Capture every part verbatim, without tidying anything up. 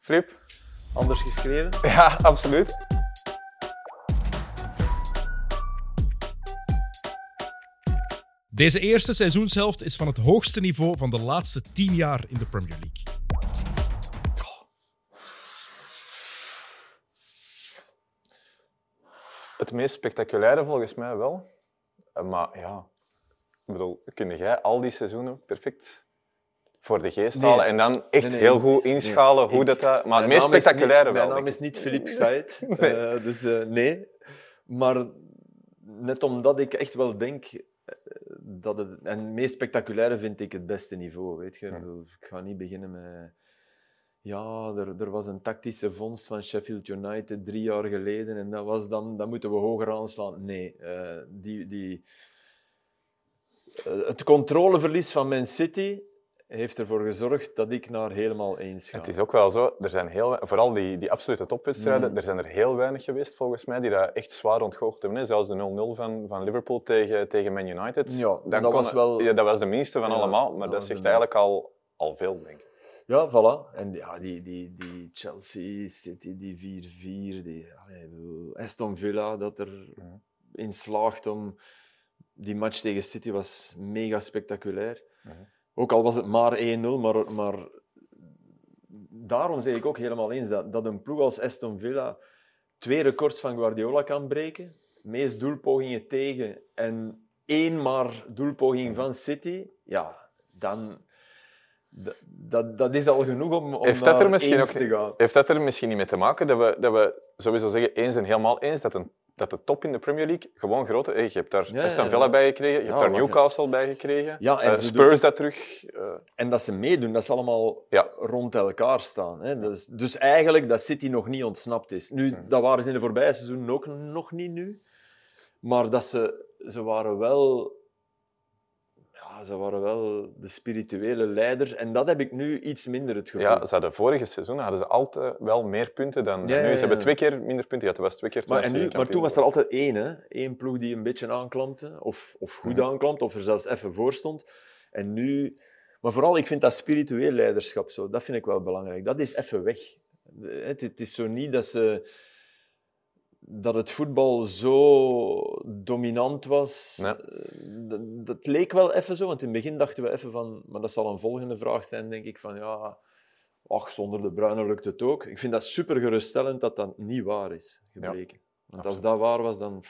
Flip? Anders geschreven? Ja, absoluut. Deze eerste seizoenshelft is van het hoogste niveau van de laatste tien jaar in de Premier League. Het meest spectaculaire volgens mij wel. Maar ja, ik bedoel, kun jij al die seizoenen perfect voor de geest halen nee. en dan echt nee, nee, heel goed inschalen nee. hoe Ik, dat... dat maar het meest spectaculaire wel. Mijn naam is niet Philippe Saïd, nee. Uh, dus uh, nee. Maar net omdat ik echt wel denk dat het... En het meest spectaculaire vind ik het beste niveau, weet je. Hmm. Ik ga niet beginnen met... Ja, er, er was een tactische vondst van Sheffield United drie jaar geleden en dat was dan... Dat moeten we hoger aanslaan. Nee, uh, die... die uh, het controleverlies van Man City heeft ervoor gezorgd dat ik naar helemaal eens ga. Het is ook wel zo, er zijn heel, vooral die, die absolute topwedstrijden, mm. er zijn er heel weinig geweest volgens mij die dat echt zwaar ontgoocheld hebben. Zelfs de nul nul van, van Liverpool tegen, tegen Man United. Ja, dat, kon, was wel... ja, dat was de minste van ja, allemaal, maar dat, dat zegt eigenlijk al, al veel, denk ik. Ja, voilà. En ja, die, die, die Chelsea City, die vier vier, die allee, Aston Villa, dat er mm. in slaagt om... Die match tegen City was mega spectaculair. Mm. Ook al was het maar één nul, maar, maar daarom zeg ik ook helemaal eens dat, dat een ploeg als Aston Villa twee records van Guardiola kan breken, meest doelpogingen tegen en één maar doelpoging van City, ja, dan... Dat, dat is al genoeg om, om heeft dat er misschien ook, te gaan. Heeft dat er misschien niet mee te maken dat we, dat we sowieso zeggen, eens en helemaal eens, dat, een, dat de top in de Premier League gewoon groter is? Je hebt daar ja, Aston Villa ja. bij gekregen, je ja, hebt daar Newcastle je... bij gekregen, ja, en uh, Spurs doen... dat terug. Uh... En dat ze meedoen, dat ze allemaal ja. rond elkaar staan. Hè? Dus, dus eigenlijk dat City nog niet ontsnapt is. Nu, hmm. dat waren ze in de voorbije seizoenen ook nog niet nu. Maar dat ze, ze waren wel... Ja, ze waren wel de spirituele leider. En dat heb ik nu iets minder het gevoel. Ja, ze hadden vorige seizoen hadden ze altijd wel meer punten dan, dan ja, nu. Ze ja, ja. hebben twee keer minder punten gehad. Dat was twee keer maar, en nu, maar toen was er altijd één. Hè? Eén ploeg die een beetje aanklampte. Of, of goed mm-hmm. aanklampte. Of er zelfs even voor stond. En nu... Maar vooral, ik vind dat spiritueel leiderschap zo. Dat vind ik wel belangrijk. Dat is even weg. Het, het is zo niet dat ze... Dat het voetbal zo dominant was, nee. dat, dat leek wel even zo. Want in het begin dachten we even van... Maar dat zal een volgende vraag zijn, denk ik, van ja... Ach, zonder De Bruyne lukt het ook. Ik vind dat super geruststellend dat dat niet waar is gebleken. Ja, want als dat waar was, dan...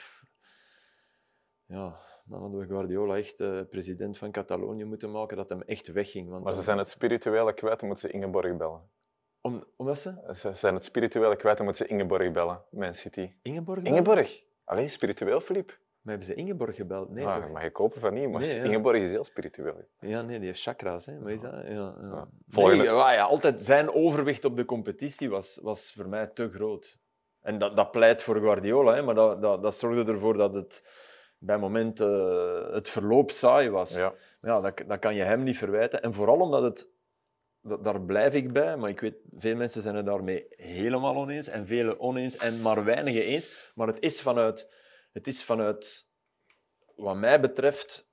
Ja, dan hadden we Guardiola echt uh, president van Catalonië moeten maken, dat hem echt wegging. Want maar ze dan... zijn het spirituele kwijt, dan moeten ze Ingeborg bellen. Om, omdat ze? Ze zijn het spirituele kwijt, dan moeten ze Ingeborg bellen, Man City. Ingeborg bellen? Ingeborg. Allee, spiritueel, Philippe. Maar hebben ze Ingeborg gebeld? Nee, ah, toch? Mag je kopen van niet, maar nee, ja. Ingeborg is heel spiritueel. Ja, nee, die heeft chakra's. Hè. Maar is dat? Ja, ja. Ja. Volgende... Nee, ja, ja, altijd zijn overwicht op de competitie was, was voor mij te groot. En dat, dat pleit voor Guardiola, hè, maar dat, dat, dat zorgde ervoor dat het bij momenten uh, het verloop saai was. Ja. Ja, dat, dat kan je hem niet verwijten. En vooral omdat het... Daar blijf ik bij, maar ik weet, veel mensen zijn het daarmee helemaal oneens en velen oneens en maar weinigen eens. Maar het is vanuit, het is vanuit wat mij betreft,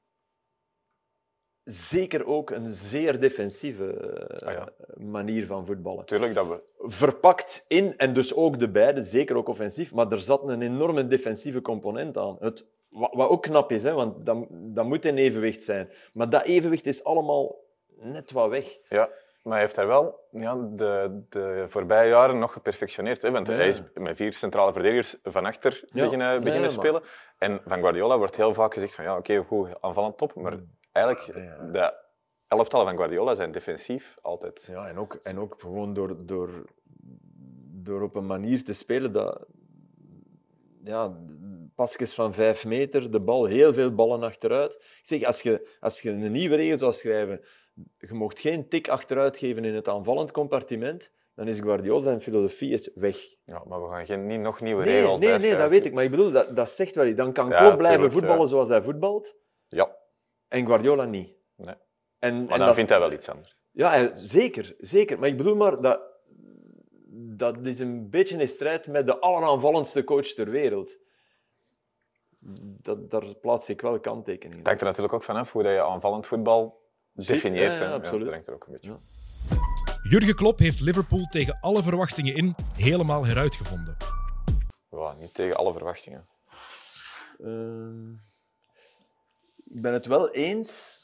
zeker ook een zeer defensieve ah, ja. manier van voetballen. Tuurlijk dat we... Verpakt in, en dus ook de beide, zeker ook offensief, maar er zat een enorme defensieve component aan. Het, wat, wat ook knap is, hè, want dat, dat moet in evenwicht zijn. Maar dat evenwicht is allemaal net wat weg. Ja. Maar hij heeft hij wel ja, de, de voorbije jaren nog geperfectioneerd. Hè? Want ja. hij is met vier centrale verdedigers van achter ja. beginnen, beginnen ja, ja, spelen. Maar... En van Guardiola wordt heel vaak gezegd van ja, oké, okay, goed, aanvallend top. Maar eigenlijk, ja, ja. de elftallen van Guardiola zijn defensief altijd. Ja, en ook, en ook gewoon door, door, door op een manier te spelen dat... Ja, pasjes van vijf meter, de bal, heel veel ballen achteruit. Ik zeg, als je, als je een nieuwe regel zou schrijven... Je mocht geen tik achteruit geven in het aanvallend compartiment, dan is Guardiola zijn filosofie is weg. Ja, maar we gaan geen, niet nog nieuwe nee, regels Nee, nee, dat weet ik. Maar ik bedoel, dat, dat zegt wel iets. Dan kan ja, Klopp blijven tuurlijk, voetballen ja. zoals hij voetbalt. Ja. En Guardiola niet. Nee. En, maar en dan dat, vindt hij wel iets anders. Ja, zeker. zeker. Maar ik bedoel maar, dat, dat is een beetje in strijd met de alleraanvallendste coach ter wereld. Dat, daar plaats ik wel kanttekeningen. Het hangt er natuurlijk ook vanaf hoe je aanvallend voetbal definieert. Ja, ja, absoluut. Ja, dat brengt er ook een beetje. Ja. Jurgen Klopp heeft Liverpool tegen alle verwachtingen in helemaal heruitgevonden. Ja, niet tegen alle verwachtingen. Uh, ik ben het wel eens.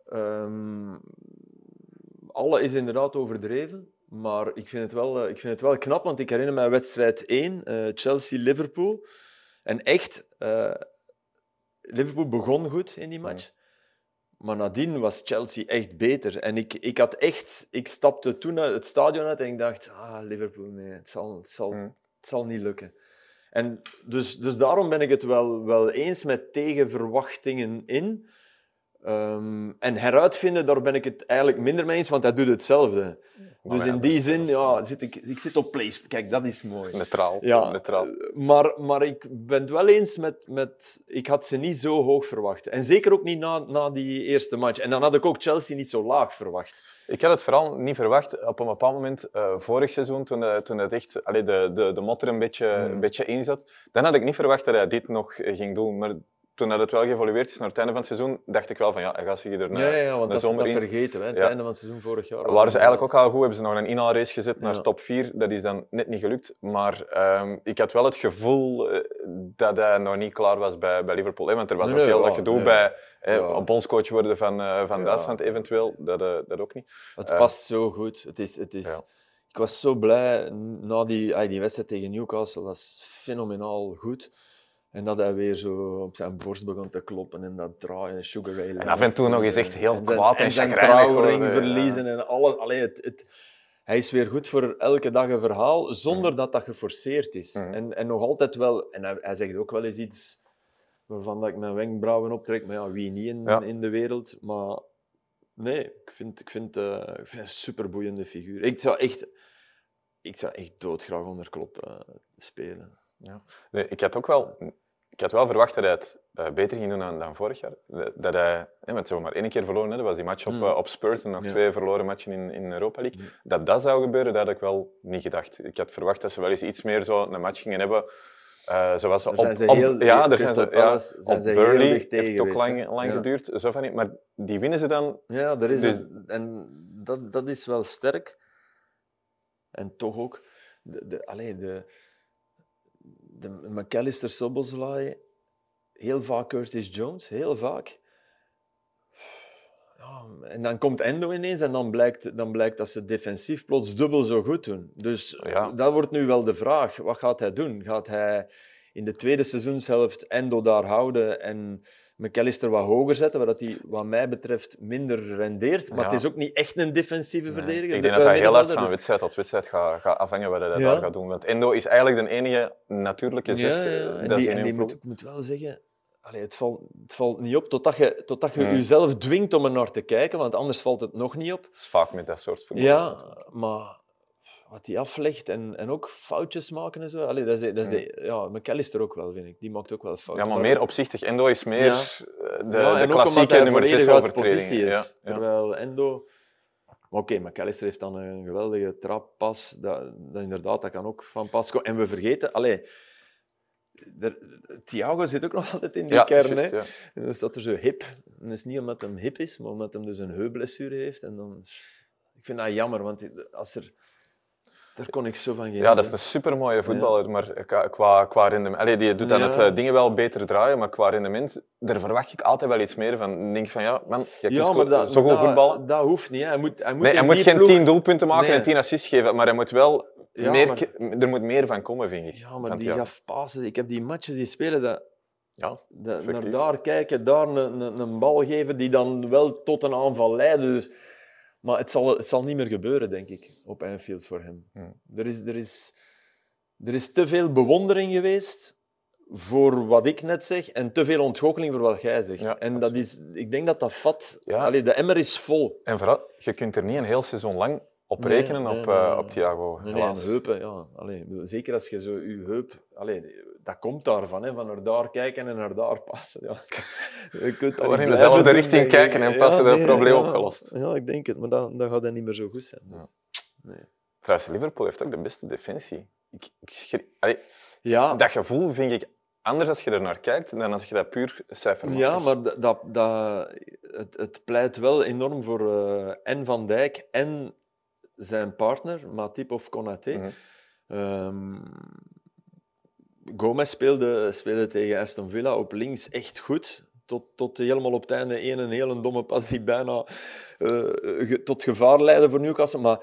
Um, alle is inderdaad overdreven. Maar ik vind, het wel, uh, ik vind het wel knap, want ik herinner me wedstrijd één, uh, Chelsea-Liverpool. En echt, uh, Liverpool begon goed in die match. Mm. Maar nadien was Chelsea echt beter. En ik, ik, had echt, ik stapte toen uit het stadion uit en ik dacht, ah, Liverpool, nee, het zal, het zal, mm. het zal niet lukken. En dus, dus daarom ben ik het wel, wel eens met tegenverwachtingen in. Um, en heruitvinden, daar ben ik het eigenlijk minder mee eens, want hij doet hetzelfde. Maar dus ja, in die zin, ja, zit ik, ik zit op place. Kijk, dat is mooi. Neutraal. Ja, Neutraal. Maar, maar ik ben het wel eens met, met... Ik had ze niet zo hoog verwacht. En zeker ook niet na, na die eerste match. En dan had ik ook Chelsea niet zo laag verwacht. Ik had het vooral niet verwacht op een bepaald moment, uh, vorig seizoen, toen, uh, toen het echt allee, de, de, de mot er een beetje, mm. een beetje in zat. Dan had ik niet verwacht dat hij dit nog ging doen. Maar toen dat het wel geëvolueerd is naar het einde van het seizoen, dacht ik wel van ja, hij gaat zich er naar ja, ja, want de zomer dat, in. dat vergeten we, het ja. einde van het seizoen vorig jaar. Waren ze eigenlijk ook al goed, hebben ze nog een inhaalrace gezet naar ja. top vier. Dat is dan net niet gelukt. Maar um, ik had wel het gevoel uh, dat hij nog niet klaar was bij, bij Liverpool. Hè? Want er was nee, ook heel nee, dat gedoe nee. bij eh, ja. bondscoach worden van, uh, van ja. Duitsland eventueel. Dat, uh, dat ook niet. Het uh, past zo goed. Het is, het is... Ja. Ik was zo blij na die, ay, die wedstrijd tegen Newcastle. Dat was fenomenaal goed. En dat hij weer zo op zijn borst begon te kloppen en dat draaien, Sugar Ray. En af en toe nog eens echt heel en zijn, kwaad en, en zijn chagrijnig trouwring verliezen. Ja. En alles. Allee, het, het, hij is weer goed voor elke dag een verhaal, zonder mm. dat dat geforceerd is. Mm. En, en nog altijd wel... En hij, hij zegt ook wel eens iets waarvan dat ik mijn wenkbrauwen optrek. Maar ja, wie niet in, ja. in de wereld. Maar nee, ik vind, ik vind, uh, ik vind een superboeiende figuur. Ik zou echt, ik zou echt doodgraag onder Klopp uh, spelen. Ja. Nee, ik had ook wel... Ik had wel verwacht dat hij het uh, beter ging doen dan, dan vorig jaar. Dat hij, hè, want ze hebben maar één keer verloren, hè. Dat was die match op, mm. uh, op Spurs en nog ja. twee verloren matchen in, in Europa League. Mm. Dat dat zou gebeuren, dat had ik wel niet gedacht. Ik had verwacht dat ze wel eens iets meer zo een match gingen hebben. Uh, zoals ze op, zijn ze heel, op, ja, daar zijn ze, ja, zijn op ze Burnley heel tegen heeft ook lang, lang ja. geduurd. Zo van niet, maar die winnen ze dan. Ja, er is dus... een, en dat, dat is wel sterk. En toch ook... De, de, allee, de, de McAllister, Szoboszlai... Heel vaak Curtis Jones, heel vaak. Ja, en dan komt Endo ineens en dan blijkt, dan blijkt dat ze defensief plots dubbel zo goed doen. Dus ja. dat wordt nu wel de vraag. Wat gaat hij doen? Gaat hij in de tweede seizoenshelft Endo daar houden en McAllister wat hoger zetten, waar hij wat mij betreft minder rendeert? Maar ja. het is ook niet echt een defensieve nee. verdediger. Ik denk dat hij heel hard van dus... wedstrijd tot wedstrijd gaat, gaat afhangen wat hij ja. daar gaat doen. Want Endo is eigenlijk de enige natuurlijke zes. Ja, ja. En die, en die moet, ik moet wel zeggen... Allee, het, valt, het valt niet op totdat je, totdat je hmm. jezelf dwingt om er naar te kijken, want anders valt het nog niet op. Dat is vaak met dat soort voetbal. Ja, maar wat hij aflegt en, en ook foutjes maken en zo. Allee, dat is, dat is de, ja, McAllister ook wel, vind ik. Die maakt ook wel fouten. Ja, maar meer opzichtig. Endo is meer ja. de, ja, de klassieke nummer zes overtreding. Is, ja, terwijl ja. Endo... Maar oké, okay, McAllister heeft dan een geweldige trappas. Dat, dat inderdaad, dat kan ook van pas komen. En we vergeten... Allee, Er, Thiago zit ook nog altijd in die ja, kern. Just, hè. Ja. En dan staat er zo hip. En dat is niet omdat hij hip is, maar omdat hij dus een heupblessure heeft. En dan... Ik vind dat jammer, want als er... daar kon ik zo van genieten. Ja, dat is een supermooie voetballer, ja. maar qua, qua rendement... Allee, die doet dan ja. het uh, dingen wel beter draaien, maar qua rendement, daar verwacht ik altijd wel iets meer van. Ik denk van, ja, man, je kunt ja, goed, dat, zo goed dat, voetballen. Dat hoeft niet. Hè. Hij moet, hij moet, nee, hij moet geen ploeg... tien doelpunten maken nee. en tien assists geven, maar hij moet wel... Ja, meer, maar... Er moet meer van komen, vind ik. Ja, maar die gaf passen. Ik heb die matches die spelen... Dat... Ja, dat, naar daar kijken, daar een, een, een bal geven die dan wel tot een aanval leiden. Dus... Maar het zal, het zal niet meer gebeuren, denk ik, op Anfield voor hem. Hmm. Er, is, er, is, er is te veel bewondering geweest voor wat ik net zeg en te veel ontgoocheling voor wat jij zegt. Ja, en dat is, ik denk dat dat vat... Ja. Allee, de emmer is vol. En vooral, je kunt er niet een heel seizoen lang op rekenen nee, nee, op, uh, nee, op Thiago. Nee, nee, heupen, ja. Allee, zeker als je zo je heup... Allee, dat komt daarvan, hè, van naar daar kijken en naar daar passen. Ja. Je kunt Gewoon in dezelfde doen, richting kijken en passen, ja, nee, dat probleem ja, opgelost. Ja, ik denk het, maar dan, dan gaat dat niet meer zo goed zijn. Dus. Ja. Nee. Trouwens, Liverpool heeft ook de beste defensie. Ik, ik schrik... Allee, ja. Dat gevoel vind ik anders als je er naar kijkt dan als je dat puur cijfermatig... Ja, maar dat, dat, dat, het, het pleit wel enorm voor uh, en Van Dijk en zijn partner, Matip of Konaté. Mm-hmm. Um, Gomez speelde, speelde tegen Aston Villa op links echt goed. Tot, tot helemaal op het einde één een hele domme pas die bijna uh, ge, tot gevaar leidde voor Newcastle. Maar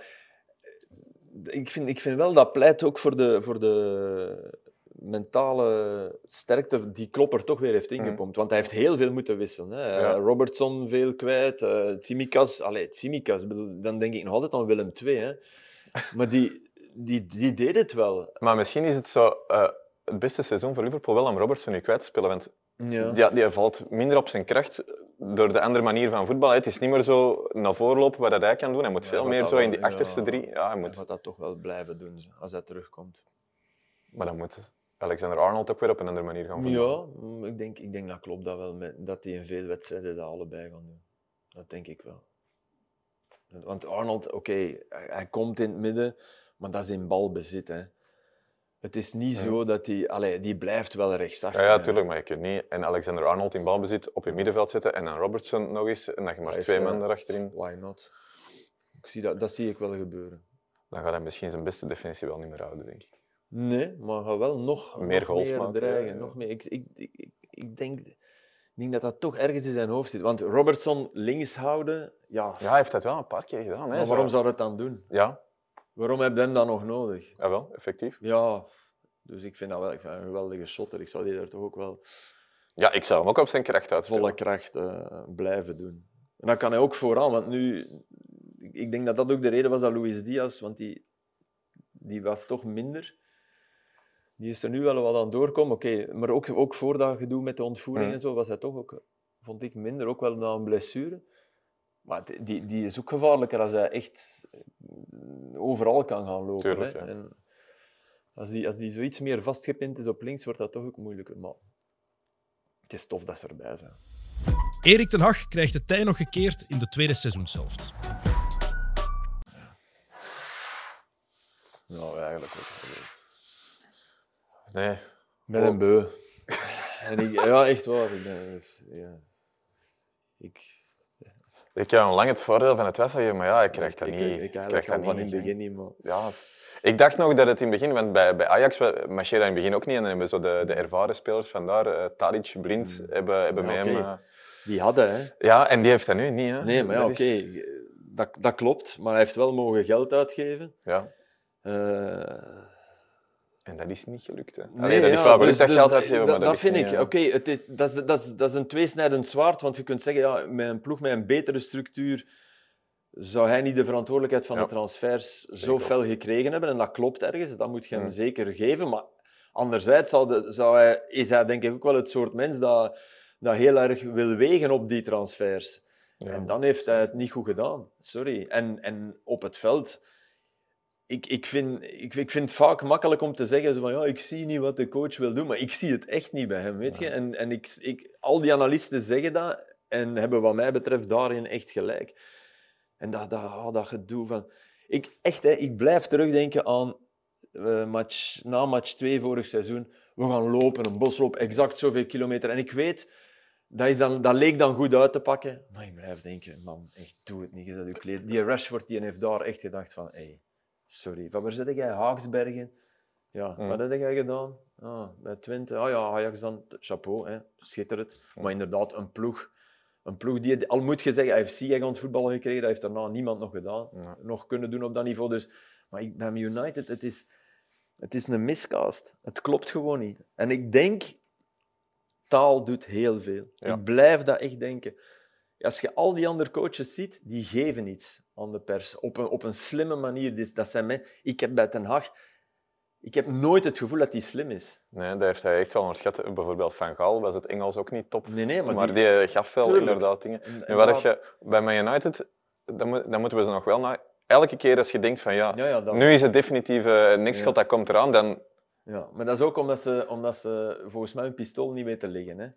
ik vind, ik vind wel dat pleit ook voor de, voor de mentale sterkte die Klopp er toch weer heeft ingepompt. Want hij heeft heel veel moeten wisselen. Hè. Ja. Robertson veel kwijt, uh, Tsimikas... Allee, Tsimikas, dan denk ik nog altijd aan Willem twee. Hè. Maar die, die, die deed het wel. Maar misschien is het zo... Uh, het beste seizoen voor Liverpool wel om Robertson nu kwijt te spelen. Want ja. die, die valt minder op zijn kracht door de andere manier van voetbal. Het is niet meer zo naar voren lopen wat hij kan doen. Hij moet veel ja, meer zo wel, in die achterste ja, drie. Ja, hij moet... Hij gaat dat toch wel blijven doen als hij terugkomt. Maar dan moet Alexander Arnold ook weer op een andere manier gaan voetballen. Ja, ik denk, ik denk dat klopt dat wel. Met, dat hij in veel wedstrijden dat allebei gaan doen. Dat denk ik wel. Want Arnold, oké, okay, hij, hij komt in het midden, maar dat is in balbezit, hè. Het is niet ja. zo dat hij... Allee, die blijft wel rechtsachter. Ja, ja, tuurlijk, maar je kunt niet en Alexander Arnold in balbezit op je middenveld zetten en dan Robertson nog eens en dan je maar twee uh, man erachterin. Why not? Ik zie dat, dat zie ik wel gebeuren. Dan gaat hij misschien zijn beste defensie wel niet meer houden, denk ik. Nee, maar gaat wel nog meer, nog meer maken, dreigen. Ja, ja. Nog meer. Ik, ik, ik, ik, denk, ik denk dat dat toch ergens in zijn hoofd zit. Want Robertson links houden... Ja, ja hij heeft dat wel een paar keer gedaan. Hè, maar waarom zo. zou hij het dan doen? Ja. Waarom heb je hem dan nog nodig? Jawel, effectief. Ja... Dus ik vind dat wel ik vind een geweldige shotter. Ik zou die daar toch ook wel... Ja, ik zou hem ook op zijn kracht uitspelen. Volle kracht uh, blijven doen. En dan kan hij ook vooraan, want nu... Ik denk dat dat ook de reden was dat Luis Diaz, want die, die was toch minder. Die is er nu wel wat aan doorkomen, oké. Okay, maar ook, ook voor dat gedoe met de ontvoering mm. en zo, was hij toch ook, vond ik, minder. Ook wel na een blessure. Maar die, die is ook gevaarlijker als hij echt overal kan gaan lopen. Tuurlijk, hè. Ja. En, Als die, als die zoiets meer vastgepind is op links, wordt dat toch ook moeilijker. Maar het is tof dat ze erbij zijn. Erik ten Hag krijgt de tij nog gekeerd in de tweede seizoenshelft. Nou, eigenlijk ook. Nee. Ik ben een beu. En ik, ja, echt waar. Ik ben, ja. Ik... Ik heb lang het voordeel van het twijfelen, maar ja, ik krijg dat ik, niet. Ik, ik krijg dat van in het begin niet, maar... Ja. Ik dacht nog dat het in het begin, want bij, bij Ajax marcheerde in het begin ook niet en dan hebben zo de, de ervaren spelers vandaar, uh, Tadic, Blind, mm. hebben, hebben ja, met okay. hem... Uh... Die hadden, hè. Ja, en die heeft dat nu niet, hè. Nee, maar ja, oké, okay. is... dat, dat klopt, maar hij heeft wel mogen geld uitgeven. Ja. Uh... En dat is niet gelukt, hè. Nee, Allee, dat ja, is wel gelukt dus, dat dus, geld uitgeven, dat, maar dat, dat vind niet, ik. Ja. Oké, okay, dat, is, dat, is, dat is een tweesnijdend zwaard, want je kunt zeggen, ja, met een ploeg met een betere structuur zou hij niet de verantwoordelijkheid van ja. de transfers zo fel gekregen hebben. En dat klopt ergens, dat moet je hem mm. zeker geven. Maar anderzijds zou de, zou hij, is hij denk ik ook wel het soort mens dat, dat heel erg wil wegen op die transfers. Ja. En dan heeft hij het niet goed gedaan. Sorry. En, en op het veld... Ik, ik, vind, ik, ik vind het vaak makkelijk om te zeggen van, ja, ik zie niet wat de coach wil doen, maar ik zie het echt niet bij hem, weet je. Ja. En, en ik, ik, al die analisten zeggen dat en hebben wat mij betreft daarin echt gelijk. En dat, dat, oh, dat gedoe van... Ik, echt, hè, ik blijf terugdenken aan uh, match, na match twee vorig seizoen. We gaan lopen, een bosloop, exact zoveel kilometer. En ik weet, dat, is dan, dat leek dan goed uit te pakken. Maar ik blijf denken, man, echt, doe het niet. Je zet je kleed. Die Rashford die heeft daar echt gedacht van... Hey, sorry, van waar zit jij? Haaksbergen? Ja, mm. wat heb jij gedaan? Ah, bij Twente. Ah ja, Ajax dan. Chapeau, hè. Schitterend. Mm. Maar inderdaad, een ploeg... Een ploeg die, al moet je zeggen, hij heeft Ziyech voetballen gekregen, dat heeft daarna niemand nog gedaan. Ja. Nog kunnen doen op dat niveau. Dus, maar ik, bij United, het is, het is een miscast. Het klopt gewoon niet. En ik denk, taal doet heel veel. Ja. Ik blijf dat echt denken. Als je al die andere coaches ziet, die geven iets aan de pers. Op een, op een slimme manier. Dat zijn mij, ik heb bij Ten Hag... Ik heb nooit het gevoel dat hij slim is. Nee, dat heeft hij echt wel onderschat. Bijvoorbeeld Van Gaal was het Engels ook niet top. Nee, nee, maar, maar die, die gaf wel tuurlijk. Inderdaad dingen. En, en nu, wat je, bij Man United, dan, moet, dan moeten we ze nog wel naar... Elke keer als je denkt van ja, ja, ja dat... nu is het definitief uh, niks ja. schot, dat komt eraan, dan... Ja, maar dat is ook omdat ze, omdat ze volgens mij een pistool niet weten liggen. Hè?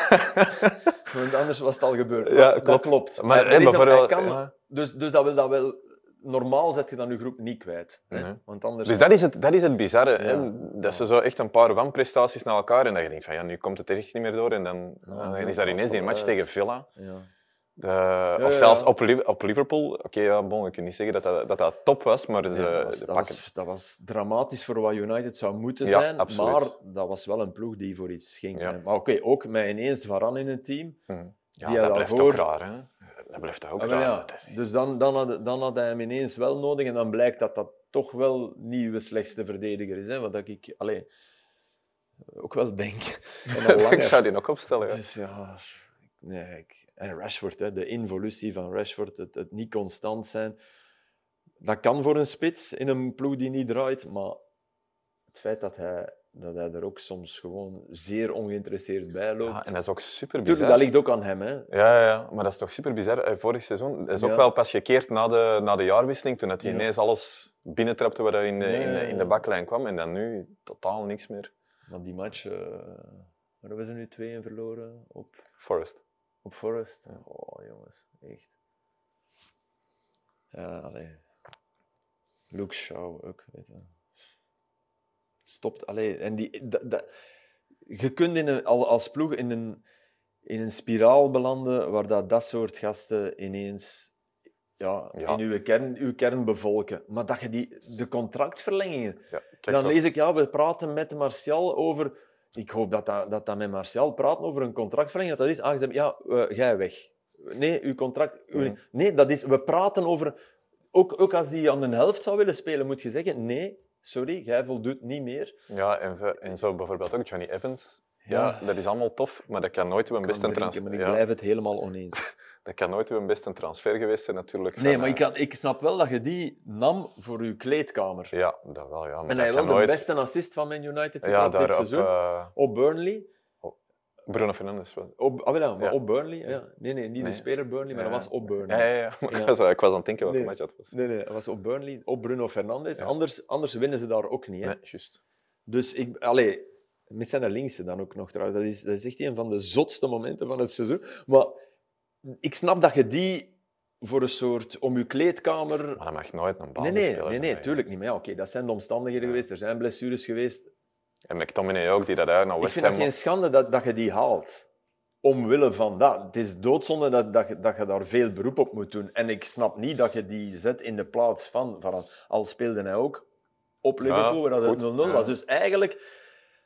Want anders was het al gebeurd. Ja, dat klopt. klopt. Maar, maar er is bijvoorbeeld... een, kan, ja. dus, dus dat wil dat wel... Normaal zet je dan je groep niet kwijt. Hè? Nee. Want anders dus dat is het, dat is het bizarre. Ja. Hè? Dat ze zo echt een paar wanprestaties naar elkaar en dat je denkt van ja, nu komt het er echt niet meer door en dan, ja, dan is daar ineens die match ja. tegen Villa. Ja. De, ja, of ja, zelfs ja. op, op Liverpool. Oké, okay, ja, bon, ik kan niet zeggen dat dat, dat, dat top was, maar ze Ja, dat, was, de dat, pakken. was, dat was dramatisch voor wat United zou moeten Ja, zijn, absoluut. maar dat was wel een ploeg die voor iets ging. Ja. Maar oké, okay, ook met ineens Varane in het team. Mm. Ja, die dat daarvoor... blijft ook raar, hè? Dat blijft ook ah, raar. ja. Dat is... Dus dan, dan, had, dan had hij hem ineens wel nodig en dan blijkt dat dat toch wel niet uw slechtste verdediger is. Hè? Wat ik allee, ook wel denk. En al langer. Ik zou die nog opstellen. Ja. Dus ja... Nee, ik... En Rashford, hè, de involutie van Rashford, het, het niet constant zijn. Dat kan voor een spits in een ploeg die niet draait, maar het feit dat hij, dat hij er ook soms gewoon zeer ongeïnteresseerd bij loopt... Ja, en dat is ook super Tuurlijk, bizar. dat ligt ook aan hem. Hè. Ja, ja, ja, maar dat is toch super bizar. Vorig seizoen dat is ook Ja. wel pas gekeerd na de, na de jaarwisseling, toen dat hij Ja. ineens alles binnentrapte wat er in de, Ja, in, de, ja, in de ja. baklijn kwam. En dan nu totaal niks meer. Maar die match... Uh, waar hebben ze nu twee in verloren? Op, Forest. op Forest? Ja. Oh, jongens. Echt. Ja, allee. Luke Shaw ook, weet je. Stopt, allee. En die... Dat, dat, je kunt in een, als ploeg in een, in een spiraal belanden waar dat, dat soort gasten ineens ja, Ja. in uw kern, uw kern bevolken. Maar dat je die, de contractverlengingen... Ja, kijk dan toch. lees ik, ja, we praten met Martial over... Ik hoop dat dat, dat, dat met Martial praten over een contractverlenging. Dat dat is, ah, ze hebben, ja, uh, jij weg. Nee, uw contract... uw- Mhm. Nee, dat is... We praten over... Ook, ook als hij aan de helft zou willen spelen, moet je zeggen, nee, sorry, jij voldoet niet meer. Ja, en, ve- en zo bijvoorbeeld ook Johnny Evans. Ja, Ja. dat is allemaal tof, maar dat kan nooit uw Kan beste drinken, transfer... maar ik Ja, blijf het helemaal oneens. dat kan nooit uw beste transfer geweest zijn, natuurlijk. Nee, van, maar eh, ik, had, ik snap wel dat je die nam voor je kleedkamer. Ja, dat wel, ja. Maar En dat hij kan wel de nooit... beste assist van Man United Ja, getrapt dit daar op... seizoen. eh, Op Burnley. Bruno Fernandes. wel. Op, ah, wel, ja, maar Ja. op Burnley. Ja. Nee, nee, niet Nee. de speler Burnley, maar Ja. dat was op Burnley. Ja, ja, ja. Maar Ja. Ik, was, ik was aan het denken welke Nee. match dat was. Nee, nee, dat was op Burnley, op Bruno Fernandes. Ja. Anders, anders winnen ze daar ook niet. Hè. Nee, juist. Dus ik... Allee, met zijn linkse dan ook nog trouwens. Dat is, dat is echt een van de zotste momenten van het seizoen. Maar ik snap dat je die voor een soort... Om je kleedkamer... Maar dat mag nooit een Nee, basisspeler nee, nee, nee, zijn. tuurlijk niet. Maar ja, oké, dat zijn de omstandigheden Ja. geweest. Er zijn blessures geweest. En McTominay ook, die dat uit naar Ik West vind Ham... dat geen schande dat, dat je die haalt. Omwille van dat. Het is doodzonde dat, dat, je, dat je daar veel beroep op moet doen. En ik snap niet dat je die zet in de plaats van... van al speelde hij ook op Liverpool, waar dat het goed, nul nul ja. was. Dus eigenlijk...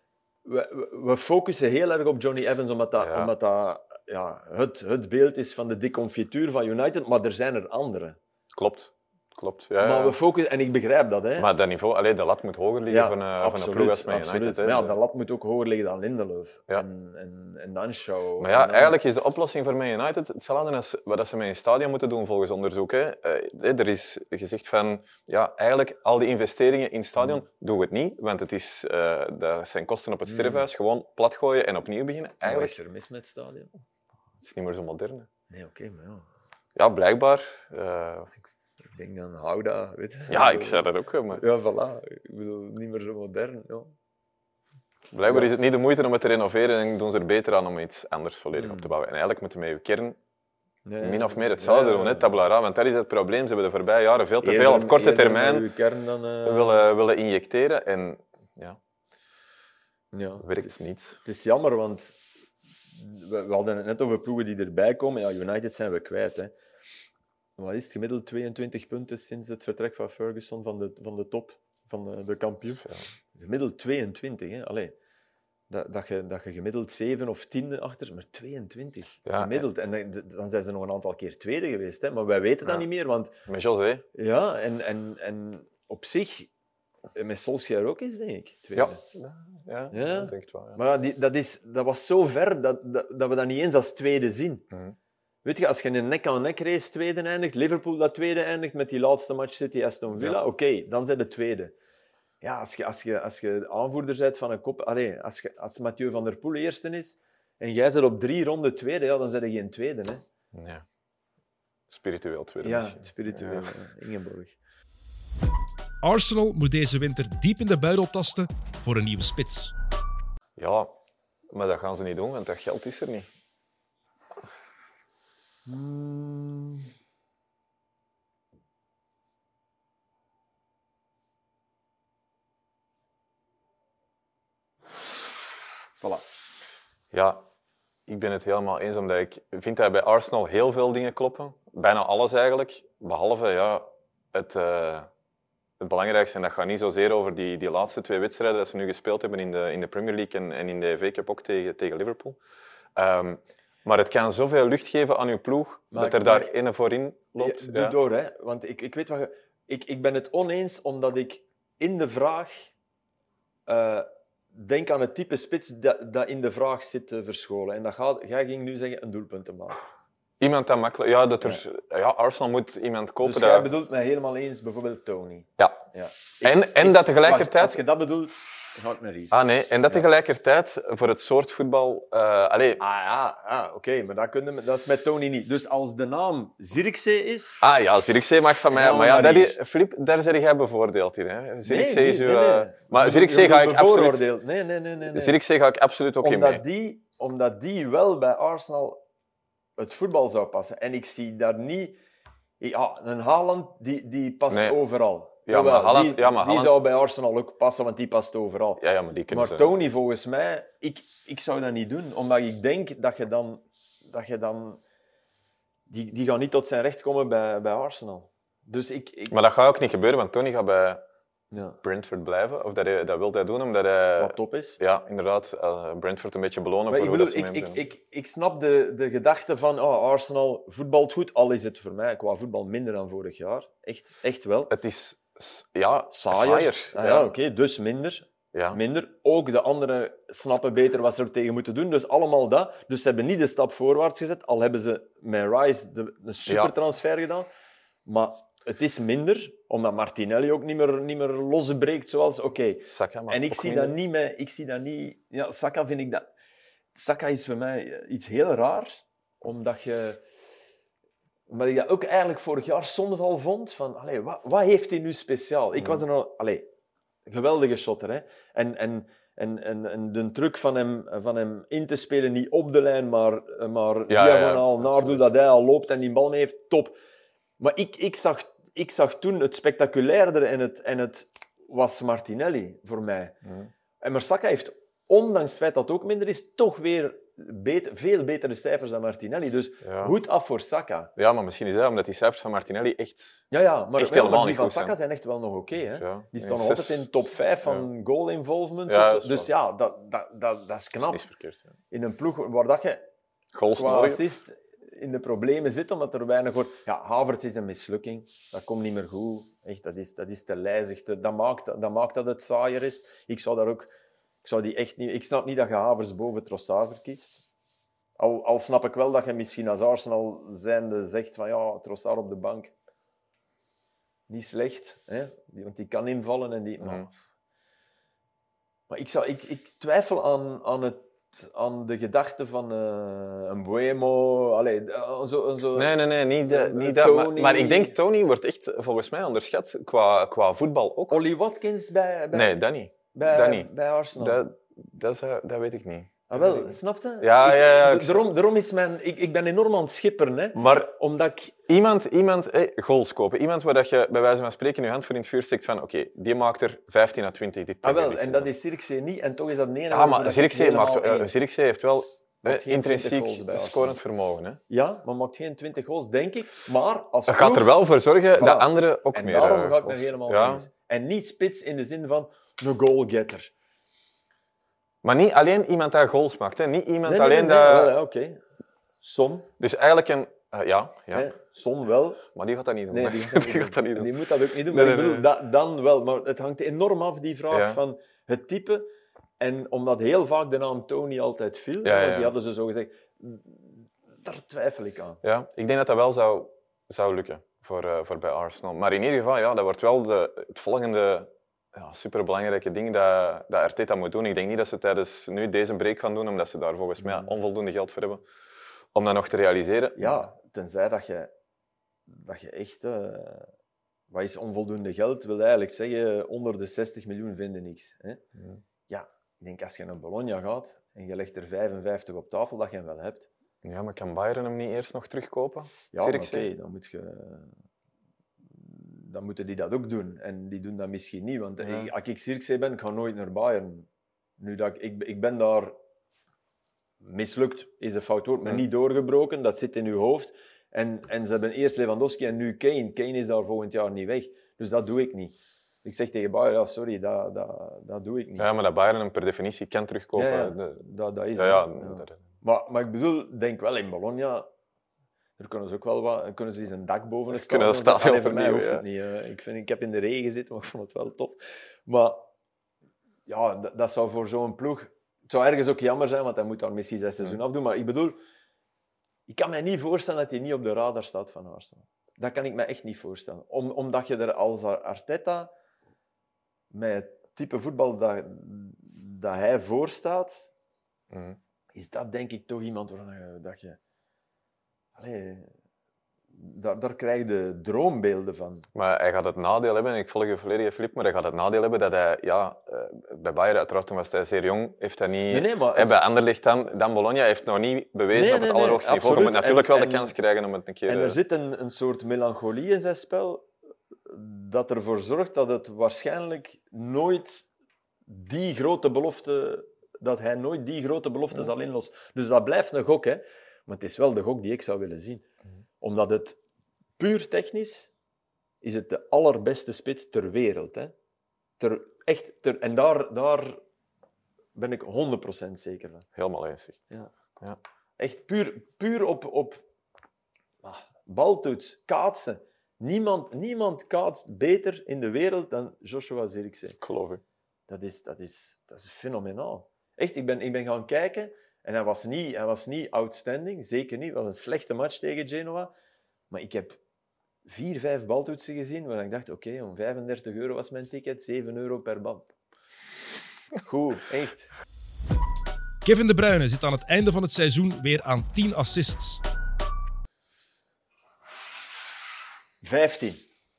We, we, we focussen heel erg op Johnny Evans, omdat dat, Ja. omdat dat ja, het, het beeld is van de deconfituur van United. Maar er zijn er andere. Klopt. Klopt, ja. Maar ja. we focussen... En ik begrijp dat, hè. Maar dat niveau, allee, de lat moet hoger liggen van, uh, van een ploeg als Man absoluut. United. Hè. Maar ja, de lat moet ook hoger liggen dan Lindelöf Ja. en, en, en Nanshaw. Maar ja, en eigenlijk is de oplossing voor Man United hetzelfde als wat ze met een stadion moeten doen volgens onderzoek. Hè. Uh, er is gezegd van, ja, eigenlijk al die investeringen in het stadion, Mm. doe het niet, want het is, uh, dat zijn kosten op het sterfhuis. Gewoon platgooien en opnieuw beginnen. Wat Eigenlijk is er mis met het stadion? het is niet meer zo modern. Hè. Nee, oké, maar ja. Ja, blijkbaar. Uh, Ik denk dan, hou dat, weet je. ja, ik zei dat ook. Maar Ja, voilà. Ik bedoel, niet meer zo modern, ja. blijkbaar Ja. is het niet de moeite om het te renoveren en doen ze er beter aan om iets anders volledig Mm. op te bouwen. En eigenlijk moeten we met je kern Nee, min of meer hetzelfde ja, ja, doen, hè, ja. tabula rasa. Want dat is het probleem. Ze hebben de voorbije jaren veel te Eerder- veel op korte eerder termijn met uw kern dan... eh, willen, willen injecteren. En ja, ja, werkt het is- niet. Het is jammer, want we, we hadden het net over ploegen die erbij komen. Ja, United zijn we kwijt, hè. Wat is het gemiddeld? tweeëntwintig punten sinds het vertrek van Ferguson van de, van de top, van de, de kampioen. Ja. Gemiddeld tweeëntwintig, hè. Allee, dat, dat, je, dat je gemiddeld zeven of tien achter, maar tweeëntwintig. Ja, gemiddeld. En dan, dan zijn ze nog een aantal keer tweede geweest, hè. Maar wij weten dat Ja. niet meer, want... Met José. Ja, en, en, en op zich... Met Solskjaer ook is, denk ik. Tweede. Ja, ja, Ja. dat denk ik wel. Ja. Maar ja, die, dat, is, dat was zo ver dat, dat, dat we dat niet eens als tweede zien. Mhm. Weet je, als je in een nek-aan-nek race tweede eindigt, Liverpool dat tweede eindigt met die laatste match City-Aston Villa, Ja. oké, dan zijn de tweede. Ja, als je, als je, als je aanvoerder bent van een kop... Allee, als, je, als Mathieu van der Poel eerste is en jij zit op drie ronden tweede, ja, dan ben je geen tweede. Hè. Ja. Spiritueel tweede Ja, misschien. spiritueel. Ja. Ja. Ingeborg. Arsenal moet deze winter diep in de buidel tasten voor een nieuwe spits. Ja, maar dat gaan ze niet doen, want dat geld is er niet. Hmm. Voilà. Ja, ik ben het helemaal eens, omdat ik vind dat bij Arsenal heel veel dingen kloppen. Bijna alles eigenlijk, behalve ja, het, uh, het belangrijkste. En dat gaat niet zozeer over die, die laatste twee wedstrijden dat ze nu gespeeld hebben in de, in de Premier League en, en in de F A Cup ook tegen, tegen Liverpool. Um, maar het kan zoveel lucht geven aan je ploeg, maar, dat er daar maar, ene voorin loopt. Ja, doe ja. door, hè. Want ik, ik weet wat je... Ik, ik ben het oneens, omdat ik in de vraag... Uh, denk aan het type spits dat, dat in de vraag zit te verscholen. En dat gaat, jij ging nu zeggen een doelpunt te maken. Iemand dat makkelijk... Ja, dat er, ja. ja, Arsenal moet iemand kopen. Dus dat... jij bedoelt mij helemaal eens, bijvoorbeeld Tony. Ja. ja. En, ik, en ik, dat tegelijkertijd... Als je dat bedoelt, ga ik naar iets. Ah nee, en dat ja. tegelijkertijd voor het soort voetbal... Uh, allez... Ah ja, ah, oké, okay, maar dat, kunnen, dat is met Tony niet. Dus als de naam Zirkzee is... Ah ja, Zirkzee mag van mij... Ja, maar ja, dat is, Filip, daar zeg jij bevoordeeld in. Hè. Zirkzee nee, is uw... Nee, nee. Maar Zirkzee ga ik absoluut... Nee, nee, nee. nee, nee. Zirkzee ga ik absoluut ook omdat in mee. Die, omdat die wel bij Arsenal het voetbal zou passen. En ik zie daar niet... Ja, een Haaland, die, die past nee. overal. Ja, Jawel, maar Haaland, die, ja, maar die Haaland... zou bij Arsenal ook passen, want die past overal. Ja, ja, maar die maar ze... Tony, volgens mij, ik, ik zou dat niet doen. Omdat ik denk dat je dan... Dat je dan die, die gaat niet tot zijn recht komen bij, bij Arsenal. Dus ik, ik... Maar dat gaat ook niet gebeuren, want Tony gaat bij ja. Brentford blijven. Of dat, hij, dat wil hij doen, omdat hij... Wat top is. Ja, inderdaad. Uh, Brentford een beetje belonen maar voor ik hoe bedoel, dat ze ik, hem ik, ik, ik snap de, de gedachte van oh, Arsenal voetbalt goed, al is het voor mij qua voetbal minder dan vorig jaar. Echt, echt wel. Het is... Ja, saaier. saaier. Ah, ja, ja oké, okay, dus minder. Ja. Minder. Ook de anderen snappen beter wat ze er tegen moeten doen. Dus allemaal dat. Dus ze hebben niet de stap voorwaarts gezet, al hebben ze met Rice de, een supertransfer ja. gedaan. Maar het is minder, omdat Martinelli ook niet meer, niet meer losbreekt zoals... Oké. Okay. En ik zie, dat niet met, ik zie dat niet... Ja, Saka vind ik dat... Saka is voor mij iets heel raar, omdat je... Omdat ik dat ook eigenlijk vorig jaar soms al vond. Van, allee, wat, wat heeft hij nu speciaal? Ik was er nog... Allee, geweldige shotter, hè. En, en, en, en, en de truc van hem, van hem in te spelen, niet op de lijn, maar, maar ja, diagonaal ja, naartoe, dat hij al loopt en die bal mee heeft, top. Maar ik, ik, zag, ik zag toen het spectaculairder en het, en het was Martinelli voor mij. Mm. En maar Saka heeft, ondanks het feit dat het ook minder is, toch weer beter, veel betere cijfers dan Martinelli. Dus ja. goed af voor Saka. Ja, maar misschien is dat omdat die cijfers van Martinelli echt, ja, ja, maar, echt ja, helemaal maar die niet goed van Saka zijn. zijn echt wel nog oké. Okay, ja. Die staan nee, nog altijd in de top vijf van ja. goal involvement. Ja, dus dus ja, dat, dat, dat, dat is knap. Dat is niet verkeerd. Ja. In een ploeg waar dat je Goals qua nodig assist in de problemen zit, omdat er weinig wordt. Ja, Havertz is een mislukking. Dat komt niet meer goed. Echt, dat is, dat is te lijzig. Te, dat, maakt, dat maakt dat het saaier is. Ik zou daar ook... Ik, zou die echt niet, ik snap niet dat je Havertz boven Trossard verkiest. Al, al snap ik wel dat je misschien als Arsenal zijnde zegt van ja, Trossard op de bank. Niet slecht, hè? Want die kan invallen en die... Mm. Maar, maar ik, zou, ik, ik twijfel aan, aan, het, aan de gedachte van uh, een Buemo... Allee, uh, zo, zo, nee, nee, nee, niet, de, niet dat. Maar, maar ik denk, Tony wordt echt volgens mij onderschat qua, qua voetbal ook. Ollie Watkins bij... bij nee, dat niet. Bij, dat niet. bij Arsenal? Dat, dat, is, dat weet ik niet. Ah, wel, snap je? Ja, ik, ja, ja. d- daarom, daarom is mijn... Ik, ik ben enorm aan het schipperen, hè. Maar omdat ik... Iemand, iemand eh, goals kopen. Iemand waar dat je bij wijze van spreken je hand voor in het vuur steekt van oké, okay, die maakt er vijftien à twintig dit Ah, wel, en dat is Zirkzee niet. En toch is dat een ene... Ja, maar Zirkzee, maakt, uh, Zirkzee heeft wel eh, intrinsiek scorend vermogen. Hè? Ja, maar maakt geen twintig goals, denk ik. Maar als dat gaat er wel voor zorgen voilà. dat anderen ook en meer... En daarom uh, ga ik me helemaal ja. eens. En niet spits in de zin van een goalgetter. Maar niet alleen iemand dat goals maakt. Hè. Niet iemand nee, alleen nee, nee, dat... Nee, Oké. Okay. Son. Dus eigenlijk een... Uh, ja, ja. Nee, Son wel. Maar die gaat dat niet doen. Nee, die gaat, die gaat dat niet doen. Die moet dat ook niet doen. Nee, maar nee, ik bedoel, nee. dat, dan wel. Maar het hangt enorm af, die vraag, ja. van het type. En omdat heel vaak de naam Tony altijd viel, ja, ja, ja. die hadden ze zo gezegd, daar twijfel ik aan. Ja, ik denk dat dat wel zou, zou lukken voor, uh, voor bij Arsenal. Maar in ieder geval, ja, dat wordt wel de, het volgende... Ja, superbelangrijke ding dat, dat Arteta moet doen. Ik denk niet dat ze tijdens nu deze break gaan doen, omdat ze daar volgens mij onvoldoende geld voor hebben om dat nog te realiseren. Ja, tenzij dat je, dat je echt... Uh, wat is onvoldoende geld? Wil eigenlijk zeggen, onder de zestig miljoen vinden niks. Hè? Ja. Ja, ik denk als je naar Bologna gaat en je legt er vijfenvijftig op tafel, dat je hem wel hebt. Ja, maar kan Bayern hem niet eerst nog terugkopen? Ja, oké, okay, dan moet je... dan moeten die dat ook doen. En die doen dat misschien niet. Want ja. als ik Zirkzee ben, ik ga nooit naar Bayern. Nu dat ik, ik, ik ben daar mislukt is een fout woord, maar Mm. niet doorgebroken. Dat zit in uw hoofd. En, en ze hebben eerst Lewandowski en nu Kane. Kane is daar volgend jaar niet weg. Dus dat doe ik niet. Ik zeg tegen Bayern, ja, sorry, dat, dat, dat doe ik niet. Ja, maar dat Bayern hem per definitie kan terugkopen. Ja, ja. De- Dat, dat is ja, ja, het. Ja. dat- Maar, maar ik bedoel, denk wel in Bologna, daar kunnen ze ook wel wat, kunnen ze eens een dak boven het Kunnen stadion. ze het stadion Allee, voor mij vernieuwen, hoeft het niet. hè. Ik, vind, ik heb in de regen gezeten, maar ik vond het wel tof. Maar ja, dat, dat zou voor zo'n ploeg... Het zou ergens ook jammer zijn, want hij moet daar misschien zes seizoen afdoen. Maar ik bedoel, ik kan me niet voorstellen dat hij niet op de radar staat van Arsenal. Dat kan ik me echt niet voorstellen. Om, omdat je er als Arteta, met het type voetbal dat, dat hij voorstaat, Mhm. is dat denk ik toch iemand waarvan je... Dat je allee, daar, daar krijg je droombeelden van. Maar hij gaat het nadeel hebben, en ik volg je volledig, Filip, maar hij gaat het nadeel hebben dat hij, ja, uh, bij Bayern, uiteraard, toen was hij zeer jong, heeft hij niet... Nee, nee, maar Hey, bij Anderlecht dan, dan Bologna heeft nog niet bewezen Nee, op het nee, nee, allerhoogste niveau. Je absoluut. moet natuurlijk En- wel de en- kans krijgen om het een keer... En eh, er zit een, een soort melancholie in zijn spel dat ervoor zorgt dat het waarschijnlijk nooit die grote belofte... Dat hij nooit die grote belofte zal inlossen. Dus dat blijft een gok, hè. Maar het is wel de gok die ik zou willen zien. Omdat het puur technisch is het de allerbeste spits ter wereld. Hè. Ter, echt ter, en daar, daar ben ik honderd procent zeker van. Helemaal eens. zeg. Ja. Ja. Echt puur, puur op, op ah, baltoets, kaatsen. Niemand, niemand kaatst beter in de wereld dan Joshua Zirkzee. Ik geloof u. Dat is, dat is, dat is fenomenaal. Echt, ik ben, ik ben gaan kijken en hij was, niet, hij was niet outstanding, zeker niet. Het was een slechte match tegen Genoa. Maar ik heb vier, vijf baltoetsen gezien waar ik dacht, oké, okay, om vijfendertig euro was mijn ticket, zeven euro per bal. Goed, echt. Kevin De Bruyne zit aan het einde van het seizoen weer aan tien assists. vijftien.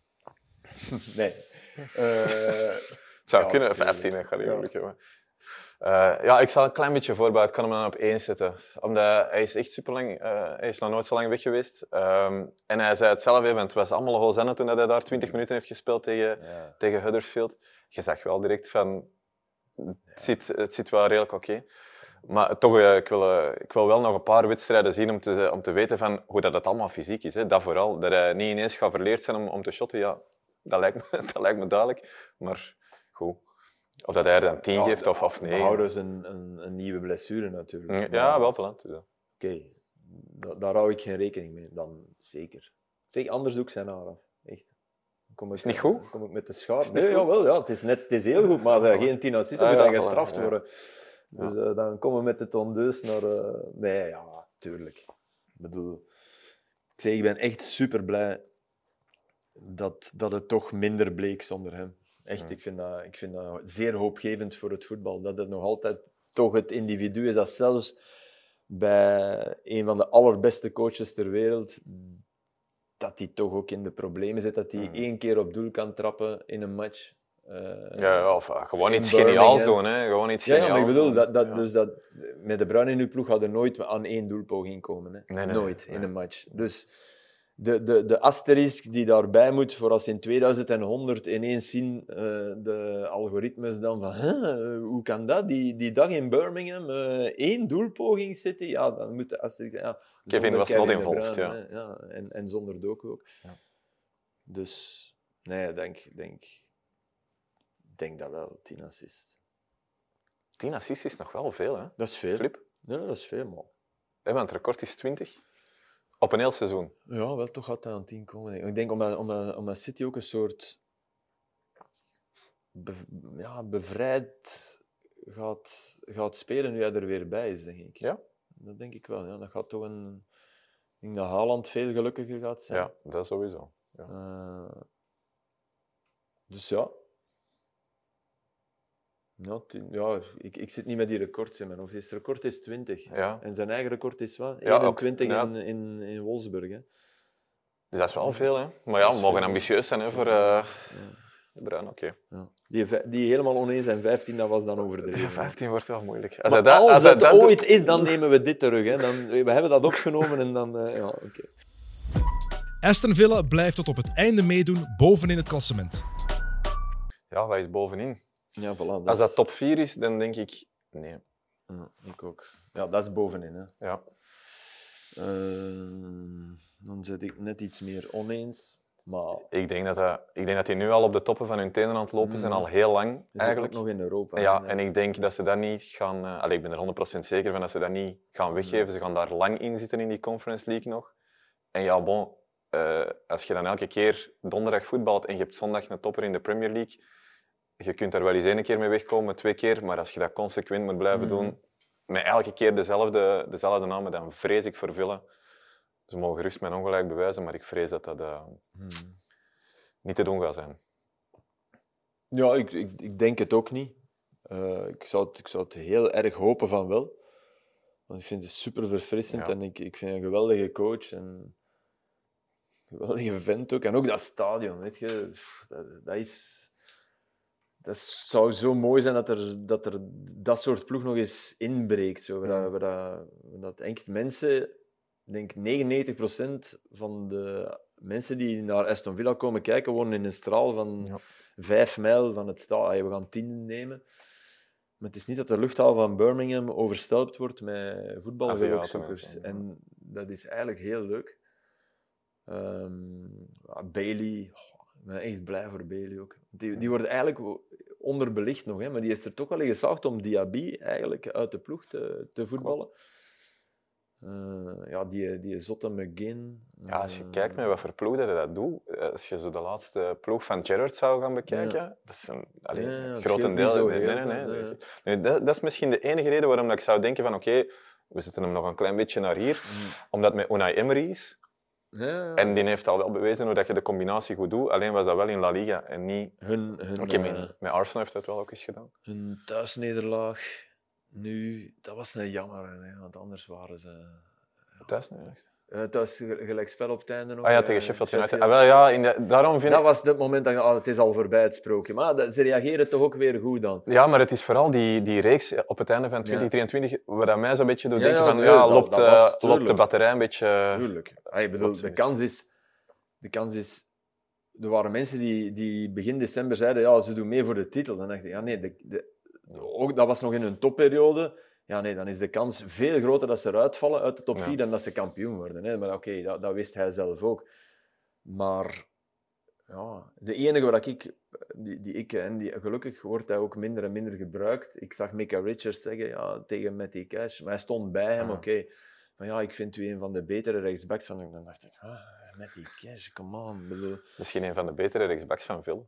Nee. Uh, Het zou ja, kunnen, oké. vijftien, ik ga niet Ja. moeilijk hebben. Uh, ja, ik zal een klein beetje voorbouwen. Ik kan hem dan op één zetten. Omdat hij is echt super lang, uh, hij is nog nooit zo lang weg geweest. Um, en hij zei het zelf even, het was allemaal Hosanna toen hij daar twintig minuten heeft gespeeld tegen, Ja. tegen Huddersfield. Je zag wel direct van, het, zit, het zit wel redelijk oké. Okay. Maar toch, uh, ik, wil, uh, ik wil wel nog een paar wedstrijden zien om te, om te weten van hoe dat het allemaal fysiek is. Hè. Dat vooral. Dat hij niet ineens gaat verleerd zijn om, om te shotten, ja, dat lijkt me, dat lijkt me duidelijk. Maar goed. Of dat hij er dan tien Ja, geeft of, of nee. We houden dus een, een, een nieuwe blessure natuurlijk. Ja, Maar- wel verland. Dus, Oké, okay. da- daar hou ik geen rekening mee. Dan zeker. Zeg, anders doe ik zijn haar af. Echt. Dan Kom ik, Is het niet goed? dan Kom ik met de schaar. het niet Nee, goed? jawel, ja, het is net, het is heel goed, maar als hij geen tien assists, dan Ah, moet ja, hij voilà, gestraft ja. worden. Dus uh, dan komen we met de tondeus naar... Uh... Nee, ja, tuurlijk. Ik bedoel... Ik zeg, ik ben echt super blij dat, dat het toch minder bleek zonder hem. Echt, Ja. ik, vind dat, ik vind dat zeer hoopgevend voor het voetbal. Dat het nog altijd toch het individu is dat zelfs bij een van de allerbeste coaches ter wereld, dat hij toch ook in de problemen zit. Dat hij Mm. één keer op doel kan trappen in een match. Uh, ja, ja, of uh, gewoon in iets Birmingham. geniaals doen. Hè. Gewoon iets ja, ja, geniaals maar ik bedoel, doen. dat, dat, Ja. dus dat, met De Bruyne in uw ploeg hadden nooit aan één doelpoging komen. Hè. Nee, nee, nooit nee. in een match. Dus de, de, de asterisk die daarbij moet voor als ze in tweeduizendhonderd ineens zien uh, de algoritmes dan van huh, hoe kan dat? Die, die dag in Birmingham uh, één doelpoging zitten? Ja, dan moet de asterisk... Ja, Kevin zonder was Kevin not De involved, Bruyne, ja. hè. Ja, en, en zonder Doku ook. Ja. Dus, nee, ik denk, denk, denk dat wel, tien assists. tien assists is nog wel veel, hè? Dat is veel. Flip. Nee, dat is veel, man. Ja, want het record is twintig. Op een heel seizoen. Ja, wel toch gaat hij aan tien komen. Ik denk omdat, omdat, omdat City ook een soort bev, ja, bevrijd gaat, gaat spelen nu hij er weer bij is, denk ik. Ja? Dat denk ik wel. Ja. Dat gaat toch een... Ik denk dat Haaland veel gelukkiger gaat zijn. Ja, dat sowieso. Ja. Uh, dus ja. Ja, tien, ja ik, ik zit niet met die records in mijn hoofd. Het record is twintig. Ja. En zijn eigen record is wat? Ja, ook, eenentwintig ja. in, in, in Wolfsburg. Hè. Dus dat is wel veel, hè? Maar ja, Dat we is mogen veel. ambitieus zijn hè, voor uh, Ja. De Bruyne. Oké. Ja. Die, vij- die helemaal oneens zijn vijftien, dat was dan overdreven. Ja, vijftien wordt wel moeilijk. Als Maar hij dat, als, als hij het dat doet- ooit is, dan nemen we dit terug. Hè. Dan, we hebben dat opgenomen en dan... Uh, ja, okay. Aston Villa blijft tot op het einde meedoen bovenin het klassement. Ja, wat is bovenin? Ja, voilà. Dat Als is- dat top vier is, dan denk ik... Nee. Ja, ik ook. Ja, dat is bovenin. Hè. Ja. Uh, dan zit ik net iets meer oneens. Maar... Ik denk dat, dat, ik denk dat die nu al op de toppen van hun tenen aan het lopen zijn, mm. al heel lang eigenlijk. Ook nog in Europa. Ja, en ik denk dat ze dat niet gaan... Uh, allez, ik ben er honderd procent zeker van dat ze dat niet gaan weggeven. Mm. Ze gaan daar lang in zitten in die Conference League nog. En ja, bon, uh, als je dan elke keer donderdag voetbalt en je hebt zondag een topper in de Premier League, je kunt daar wel eens één keer mee wegkomen, twee keer, maar als je dat consequent moet blijven mm. doen, met elke keer dezelfde, dezelfde namen, dan vrees ik voor Villa. Ze mogen gerust mijn ongelijk bewijzen, maar ik vrees dat dat uh, mm. niet te doen gaat zijn. Ja, ik, ik, ik denk het ook niet. Uh, ik, zou het, ik zou het heel erg hopen van wel. Want ik vind het super verfrissend ja. en ik, ik vind een geweldige coach. En een geweldige vent ook. En ook dat stadion, weet je. Dat, dat is... Dat zou zo mooi zijn dat er dat, er dat soort ploeg nog eens inbreekt. Zo, waar, ja. waar, waar, waar dat echt mensen... Ik denk negenennegentig procent van de mensen die naar Aston Villa komen kijken, wonen in een straal van ja. vijf mijl van het stadion. We gaan tien nemen. Maar het is niet dat de luchthaven van Birmingham overstelpt wordt met voetbalgelukzoekers. Ja, en dat is eigenlijk heel leuk. Um, Bailey, oh, ik ben echt blij voor Bailey ook. Die, die wordt eigenlijk onderbelicht nog, hè, maar die is er toch wel in geslaagd om Diaby eigenlijk uit de ploeg te, te voetballen. Uh, ja, die, die zotte McGinn. Ja, als je uh, kijkt met wat voor ploeg dat hij dat doet, als je zo de laatste ploeg van Gerrard zou gaan bekijken, ja. dat is een allee, ja, grotendeel. Nee, nee, nee, nee. Ja. nee dat, dat is misschien de enige reden waarom ik zou denken van oké, okay, we zetten hem nog een klein beetje naar hier, mm. omdat het met Unai Emery is. Ja, ja. En die heeft al wel bewezen hoe dat je de combinatie goed doet, alleen was dat wel in La Liga en niet... Hun, hun, okay, met, uh, met Arsenal heeft dat wel ook eens gedaan. Hun thuisnederlaag... Nu, dat was een jammer, hè, want anders waren ze... Thuis nu echt? Uh, thuis gelijk spel op het einde nog. Ah ja, tegen Sheffield United. Ah, wel, ja, in de, daarom vind dat ik... was het moment dat je, oh, het is al voorbij het sprookje. Maar dat, ze reageren toch ook weer goed dan. Ja, maar het is vooral die, die reeks op het einde van twintig drieëntwintig, ja. waar dat mij zo'n beetje doet ja, denken ja, van, nee, ja, dat, loopt, dat was, uh, loopt de batterij een beetje... Tuurlijk. Ah, ik bedoel, de kans is... De kans is... Er waren mensen die, die begin december zeiden, ja, ze doen mee voor de titel. Dan dacht ik, ja, nee, de, de, ook, dat was nog in hun topperiode... Ja, nee, dan is de kans veel groter dat ze eruit vallen uit de top vier ja. dan dat ze kampioen worden. Hè. Maar oké, okay, dat, dat wist hij zelf ook. Maar ja, de enige waar ik, die, die ik, en die, gelukkig wordt hij ook minder en minder gebruikt. Ik zag Micah Richards zeggen ja, tegen Matty Cash, maar hij stond bij hem, ja. oké. Okay. Maar ja, ik vind u een van de betere rechtsbacks van... Dan dacht ik, ah, Matty Cash, come on. Bedoel... Misschien een van de betere rechtsbacks van Phil.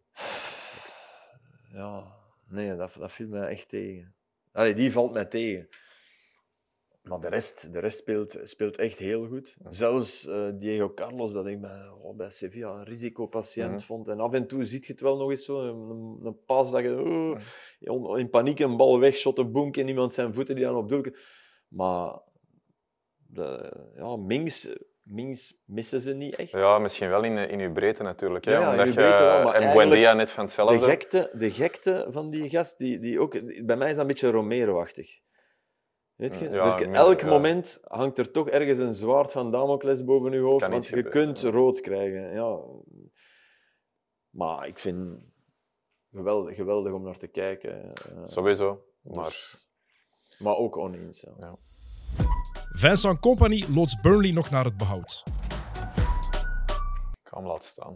Ja, nee, dat, dat viel mij echt tegen. Allee, die valt mij tegen. Maar de rest, de rest speelt, speelt echt heel goed. Zelfs uh, Diego Carlos, dat ik bij, oh, bij Sevilla een risicopatiënt mm-hmm. vond. En af en toe zie je het wel nog eens zo. Een, een pas dat je oh, in paniek een bal wegschotten, boenk en iemand zijn voeten die dan op doel. Maar de, ja, Mings, Mings missen ze niet echt. Ja, misschien wel in, in uw breedte natuurlijk. Hè? Ja, Omdat je, je wel, maar en Buendia net van hetzelfde. De gekte, de gekte van die gast, die, die ook, bij mij is dat een beetje Romero-achtig. Weet je? Ja, dus elk ja. moment hangt er toch ergens een zwaard van Damocles boven je hoofd, want je gebeuren, kunt ja. rood krijgen. Ja. Maar ik vind het geweldig, geweldig om naar te kijken. Sowieso, maar... Dus, maar ook oneens. Ja. Ja. Vincent Kompany loodst Burnley nog naar het behoud. Ik ga hem laten staan.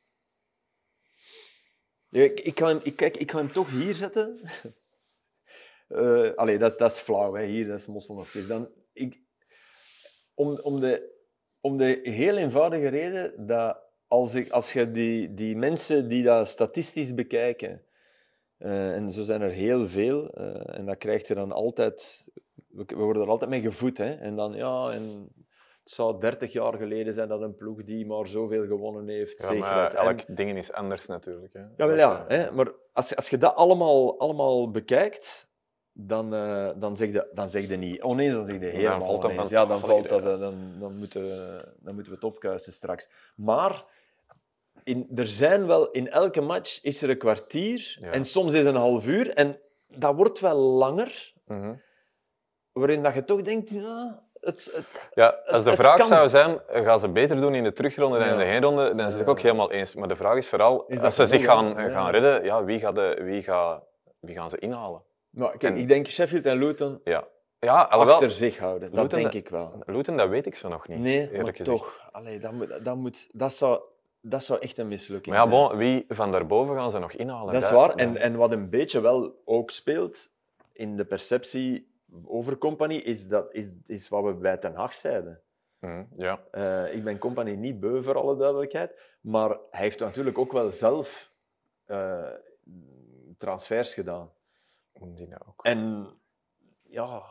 Ja, ik, ik, ga hem, ik, kijk, ik ga hem toch hier zetten... Uh, allee, dat is, dat is flauw, hè. Hier, dat is mossel of vis. Dan, ik, om, om, de, om de heel eenvoudige reden dat als, ik, als je die, die mensen die dat statistisch bekijken, uh, en zo zijn er heel veel, uh, en dat krijg je dan altijd... We worden er altijd mee gevoed, hè. En dan, ja... En, het zou dertig jaar geleden zijn dat een ploeg die maar zoveel gewonnen heeft. Ja, maar elk en... ding is anders natuurlijk. Hè. Ja, wel, ja, hè. Maar als, als je dat allemaal, allemaal bekijkt... Dan, uh, dan, zeg je, dan zeg je niet oneens, dan zeg je helemaal dan valt oneens. Ja, dan, valt dat, dan, dan, moeten we, dan moeten we het opkuisen straks. Maar in, er zijn wel, in elke match is er een kwartier ja. en soms is het een half uur. En dat wordt wel langer, mm-hmm. waarin dat je toch denkt... Ja, het, het, ja, als de het, vraag het zou zijn, gaan ze beter doen in de terugronde dan ja. in de heenronde, dan zit ik ook helemaal eens. Maar de vraag is vooral, is als ze zich gaan, ja. gaan redden, ja, wie, gaat de, wie, gaat, wie gaan ze inhalen? Nou, kijk, En- ik denk Sheffield en Luton Ja, ja alhoewel, achter zich houden. Dat Luton, denk dat- ik wel. Luton, dat weet ik zo nog niet. Nee, eerlijk maar gezegd. toch. Allee, dat, moet, dat, moet, dat, zou, dat zou echt een mislukking Maar ja, zijn. bon, wie van daarboven gaan ze nog inhalen? Dat is waar. En, en wat een beetje wel ook speelt in de perceptie over Company, is, dat, is, is wat we bij Ten Hag zeiden. Mhm, ja. Uh, ik ben Company niet beu, voor alle duidelijkheid. Maar hij heeft natuurlijk ook wel zelf uh, transfers gedaan. Die nou ook. En ja,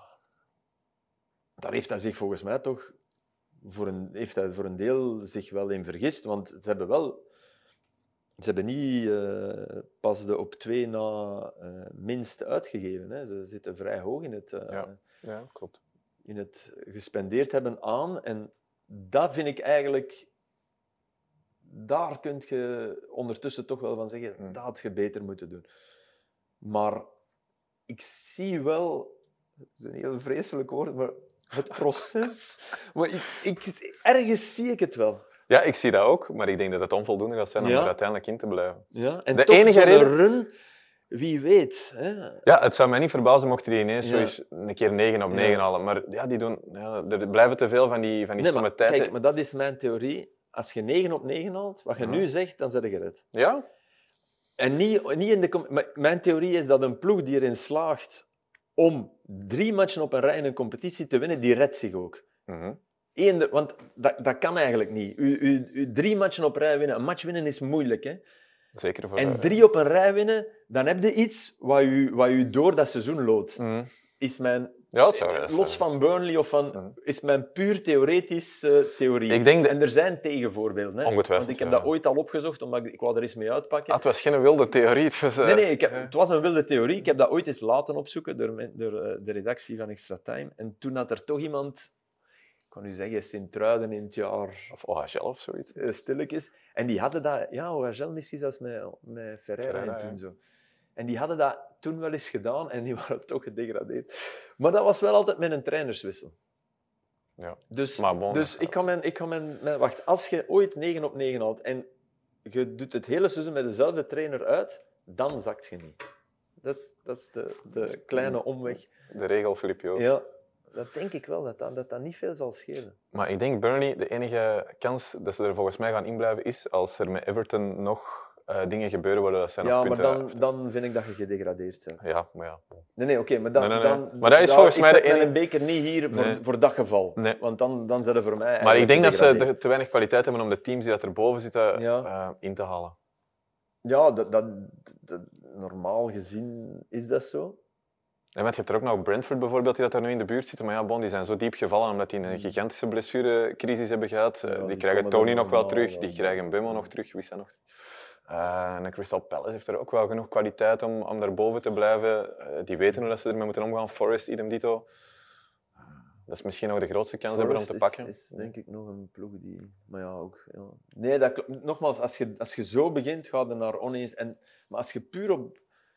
daar heeft hij zich volgens mij toch voor een, heeft hij voor een deel zich wel in vergist. Want ze hebben wel... Ze hebben niet uh, pas de op twee na uh, minst uitgegeven. Hè. Ze zitten vrij hoog in het, uh, ja. Ja, klopt. in het gespendeerd hebben aan. En dat vind ik eigenlijk... Daar kun je ondertussen toch wel van zeggen, Hmm. dat had je beter moeten doen. Maar ik zie wel... Dat is een heel vreselijk woord, maar het proces... maar ik, ik, ergens zie ik het wel. Ja, ik zie dat ook, maar ik denk dat het onvoldoende gaat zijn om Ja. er uiteindelijk in te blijven. Ja, en De toch enige zo'n reden- run, wie weet. Hè? Ja, het zou mij niet verbazen mochten die ineens Ja. zo eens een keer negen op negen Ja. halen. Maar ja, die doen, ja, er blijven te veel van die, van die Nee, stomme maar, tijden. kijk, maar dat is mijn theorie. Als je negen op negen haalt, wat je Ja. nu zegt, dan zet je gered. Ja? En niet, niet in de... com- maar mijn theorie is dat een ploeg die erin slaagt om drie matchen op een rij in een competitie te winnen, die redt zich ook. Mhm. Eén, de- want dat, dat kan eigenlijk niet. U, u, u drie matchen op rij winnen. Een match winnen is moeilijk. Hè? Zeker voor... En eh, drie op een rij winnen, dan heb je iets wat u, wat u door dat seizoen loodst. mhm. Is mijn, Ja, dat zou... dat zou- los van Burnley of van... Mhm. Is mijn puur theoretische theorie. Ik denk de- En er zijn tegenvoorbeelden. Hè? Ongetwijfeld, Want ik heb ja. dat ooit al opgezocht, omdat ik, ik wou er eens mee uitpakken. Ah, het was geen wilde theorie. Het was, eh, Nee, nee, ik heb, ja. het was een wilde theorie. Ik heb dat ooit eens laten opzoeken door, mijn- door eh, de redactie van Extra Time. En toen had er toch iemand, ik kan u zeggen, Sint-Truiden in het jaar Of O H L of zoiets. eh, stilletjes. En die hadden dat, ja, O H L misschien zelfs met, met Ferreira, Ferreira, en toen ja. zo. En die hadden dat toen wel eens gedaan en die waren toch gedegradeerd. Maar dat was wel altijd met een trainerswissel. Ja. Dus, Maar bon, dus ja. ik kan mijn, ik kan mijn, mijn... Wacht, als je ooit negen op negen haalt en je doet het hele seizoen met dezelfde trainer uit, dan zakt je niet. Dat is, dat is de, de kleine omweg. De regel Filip Joos. Ja, dat denk ik wel, dat dat, dat, dat niet veel zal schelen. Maar ik denk Burnley, de enige kans dat ze er volgens mij gaan inblijven is als er met Everton nog uh, dingen gebeuren waardoor dat zij nog Ja, maar punten... dan, dan vind ik dat je gedegradeerd bent. Ja, maar ja. Nee, nee, oké, maar, dan, Nee, nee, nee. dan... Maar dat is daar- volgens ik mij de zet mijn enige- beker niet hier voor, Nee. voor dat geval. Nee. Want dan, dan zijn ze voor mij Maar ik eigenlijk denk dat ze gedegradeerd. te weinig kwaliteit hebben om de teams die dat erboven zitten Ja. uh, in te halen. Ja, dat, dat, dat- normaal gezien is dat zo. En want je hebt er ook nog Brentford bijvoorbeeld, die dat daar nu in de buurt zitten. Maar ja, bon, die zijn zo diep gevallen omdat die een gigantische blessurecrisis hebben gehad. Ja, Uh, die, die krijgen komen Tony dan nog wel normaal terug, wel. die krijgen Bummo nog terug, Wissa nog terug. Uh, en Crystal Palace heeft er ook wel genoeg kwaliteit om, om daarboven te blijven. Uh, die weten hoe dat ze ermee moeten omgaan. Forest, idem dito. Uh, dat is misschien nog de grootste kans hebben om te Forest pakken. Is, is denk ik nog een ploeg die... Maar ja, ook... Ja. Nee, dat, klopt. Nogmaals, als je, als je zo begint, ga je naar oneens. En, maar als je puur op...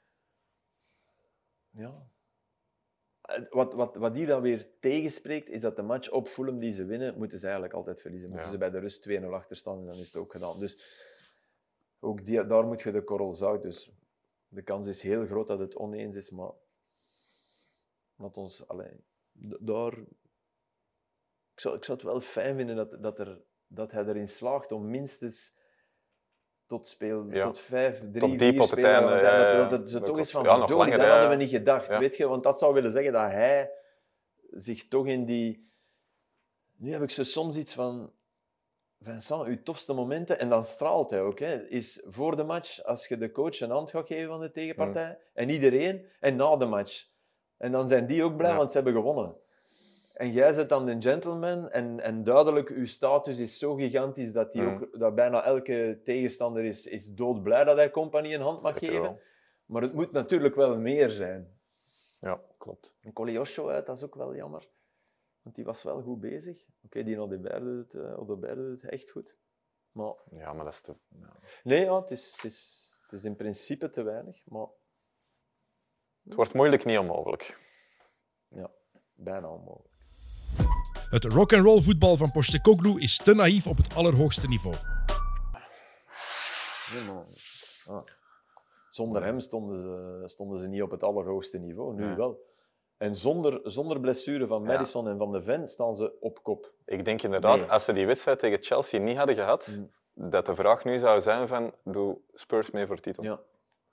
Ja... Wat, wat, wat hier dan weer tegenspreekt, is dat de match op Fulham die ze winnen, moeten ze eigenlijk altijd verliezen. Moeten Ja. ze bij de rust twee nul achter staan en dan is het ook gedaan. Dus ook die, daar moet je de korrel zout. Dus de kans is heel groot dat het oneens is, maar laat ons... Allee, d- daar... Ik zou, ik zou het wel fijn vinden dat, dat, er, dat hij erin slaagt om minstens tot speel, Ja. tot vijf, drie, Tot diep vier op het spelen. einde, Dat, ja, ja, dat, ja. dat, ze Dat toch klopt. eens van, Ja, nog verdorie, langer, dat ja. hadden we niet gedacht. Ja. Weet je? Want dat zou willen zeggen dat hij zich toch in die... Nu heb ik zo soms iets van... Vincent, uw tofste momenten, en dan straalt hij ook, hè, is voor de match, als je de coach een hand gaat geven van de tegenpartij, Mm. en iedereen, en na de match. En dan zijn die ook blij, Ja. want ze hebben gewonnen. En jij zit dan een gentleman, en, en duidelijk, uw status is zo gigantisch dat, die Mm. ook, dat bijna elke tegenstander is, is doodblij dat hij Compagnie een hand mag Zeker geven. wel. Maar het moet natuurlijk wel meer zijn. Ja, klopt. En Koleosho uit, dat is ook wel jammer. Want die was wel goed bezig. Oké, okay, die Odebert doet het, uh, Odebert doet het echt goed. Maar... Ja, maar dat is te... Ja. Nee, ja, het, is, het, is, het is in principe te weinig, maar Het wordt moeilijk, niet onmogelijk. ja, bijna onmogelijk. Het rock'n'roll voetbal van Postecoglou is te naïef op het allerhoogste niveau. Nee, maar... ah. Zonder Ja. hem stonden ze, stonden ze niet op het allerhoogste niveau, nu Nee. wel. En zonder, zonder blessure van Ja. Maddison en Van de Ven staan ze op kop. Ik denk inderdaad, Nee. als ze die wedstrijd tegen Chelsea niet hadden gehad, Mm. dat de vraag nu zou zijn van, doe Spurs mee voor titel? Ja. Oké,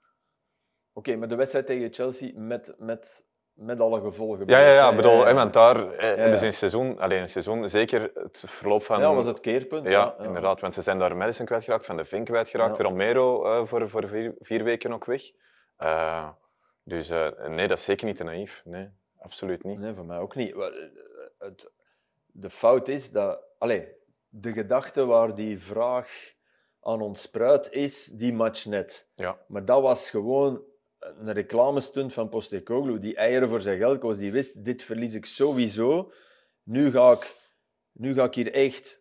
okay, maar de wedstrijd tegen Chelsea met, met, met alle gevolgen. Ja, ja, ja. Ik bedoel, ja, hè, want daar eh, ja. hebben ze een seizoen, alleen een seizoen, zeker het verloop van... Ja, was het keerpunt. Ja, Ja, ja. inderdaad, want ze zijn daar Madison kwijtgeraakt, Van de Ven kwijtgeraakt, Ja. Romero uh, voor, voor vier, vier weken ook weg. Uh, dus uh, nee, dat is zeker niet te naïef. Nee, absoluut niet. Nee, voor mij ook niet. Het, de fout is dat... Allez, de gedachte waar die vraag aan ontspruit is die match net. Ja. Maar dat was gewoon een reclamestunt van Postecoglou. Die eieren voor zijn geld koos. Die wist, dit verlies ik sowieso. Nu ga ik, nu ga ik hier echt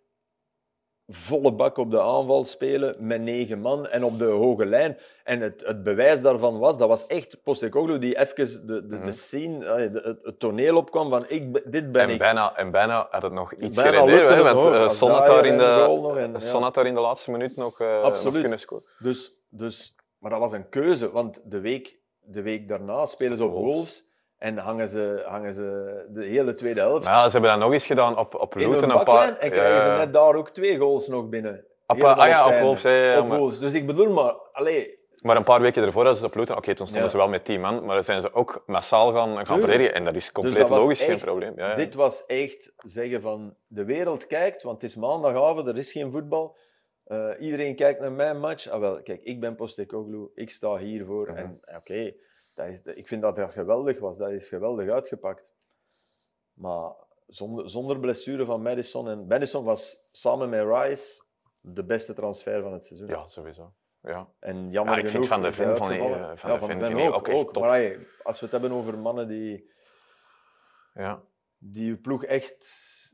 volle bak op de aanval spelen met negen man en op de hoge lijn. En het, het bewijs daarvan was, dat was echt Postecoglou die even de, de, Mhm. de scene, de, het, het toneel opkwam van ik, ben- dit ben En ik. bijna, en bijna had het nog iets Bijna gereden, lukte hè, het want nog, uh, als Son had Dyer daar in en de, goal nog en- ja. Son had daar in de laatste minuut nog, uh, nog Absoluut. kunnen scoren. Dus, dus, maar dat was een keuze, want de week, de week daarna spelen ze op Wolves. Wolves en hangen ze, hangen ze de hele tweede helft. Maar ja, ze hebben dat nog eens gedaan op, op in Luton. een Een baklijn paar, en krijgen ja. ze net daar ook twee goals nog binnen. Op, Helemaal ah ja, het op einde. Wolves. Ja, ja, ja, Op maar, Wolves. Dus ik bedoel maar, allee, maar een paar weken ervoor hadden ze het op Luton. Oké, okay, toen stonden Ja. ze wel met tien man, maar dan zijn ze ook massaal gaan, gaan Tuurlijk. verdedigen. En dat is compleet Dus dat was logisch, geen echt- probleem. Ja, ja. dit was echt zeggen van de wereld kijkt, want het is maandagavond, er is geen voetbal. Uh, iedereen kijkt naar mijn match. Ah, wel, kijk, ik ben Postecoglou, ik sta hiervoor. Mhm. En oké, okay, ik vind dat dat geweldig was, dat is geweldig uitgepakt. Maar zonder, zonder blessure van Maddison. En Maddison was samen met Rice de beste transfer van het seizoen. Ja, sowieso. Ja. En jammer Ja, ik vind genoeg Van de is hij Ven van- uitgevallen. eh, Van Ja, de Ven Ven vind ik ook echt top. Maar hey, als we het hebben over mannen die, Ja. die je ploeg echt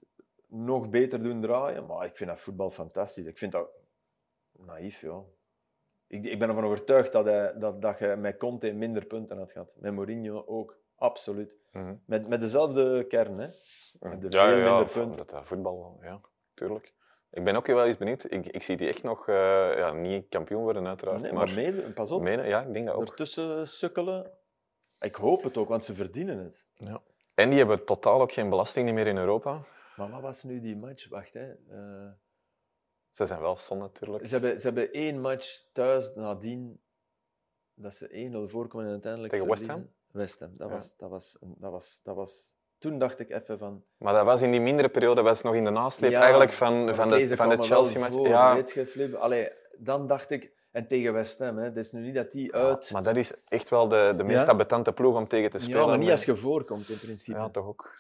nog beter doen draaien, maar ik vind dat voetbal fantastisch. Ik vind dat naïef, ja. Ik, ik ben ervan overtuigd dat, hij, dat, dat je met Conte minder punten had gehad. Met Mourinho ook, absoluut. Mhm. Met, met dezelfde kern, hè. Met de Ja, veel ja, ja, minder van- punten. dat, dat voetbal, ja, tuurlijk. Ik ben ook wel eens benieuwd. Ik, ik zie die echt nog uh, ja, niet kampioen worden, uiteraard. Nee, maar maar mee, pas op. menen, ja, ik denk dat ook. Ertussen sukkelen. Ik hoop het ook, want ze verdienen het. Ja. En die hebben totaal ook geen belasting meer in Europa. Maar wat was nu die match? Wacht, hè. Uh, Ze zijn wel zon natuurlijk. ze, hebben, ze hebben één match thuis nadien dat ze één nul voorkomen en uiteindelijk Tegen West verliezen. Ham? West Ham. Dat, Ja. was, dat, was, dat, was, dat was... Toen dacht ik even van... Maar dat was in die mindere periode, was nog in de nasleep Ja, eigenlijk van, maar van oké, de, ze van de kwamen wel Chelsea-match. voor, Ja, weet je, Flip. Allee, dan dacht ik... En tegen West Ham, hè. Het is nu niet dat die uit... maar dat is echt wel de, de meest Ja? ambetante ploeg om tegen te spelen. ja, maar niet met- als je voorkomt, in principe. Ja, toch ook.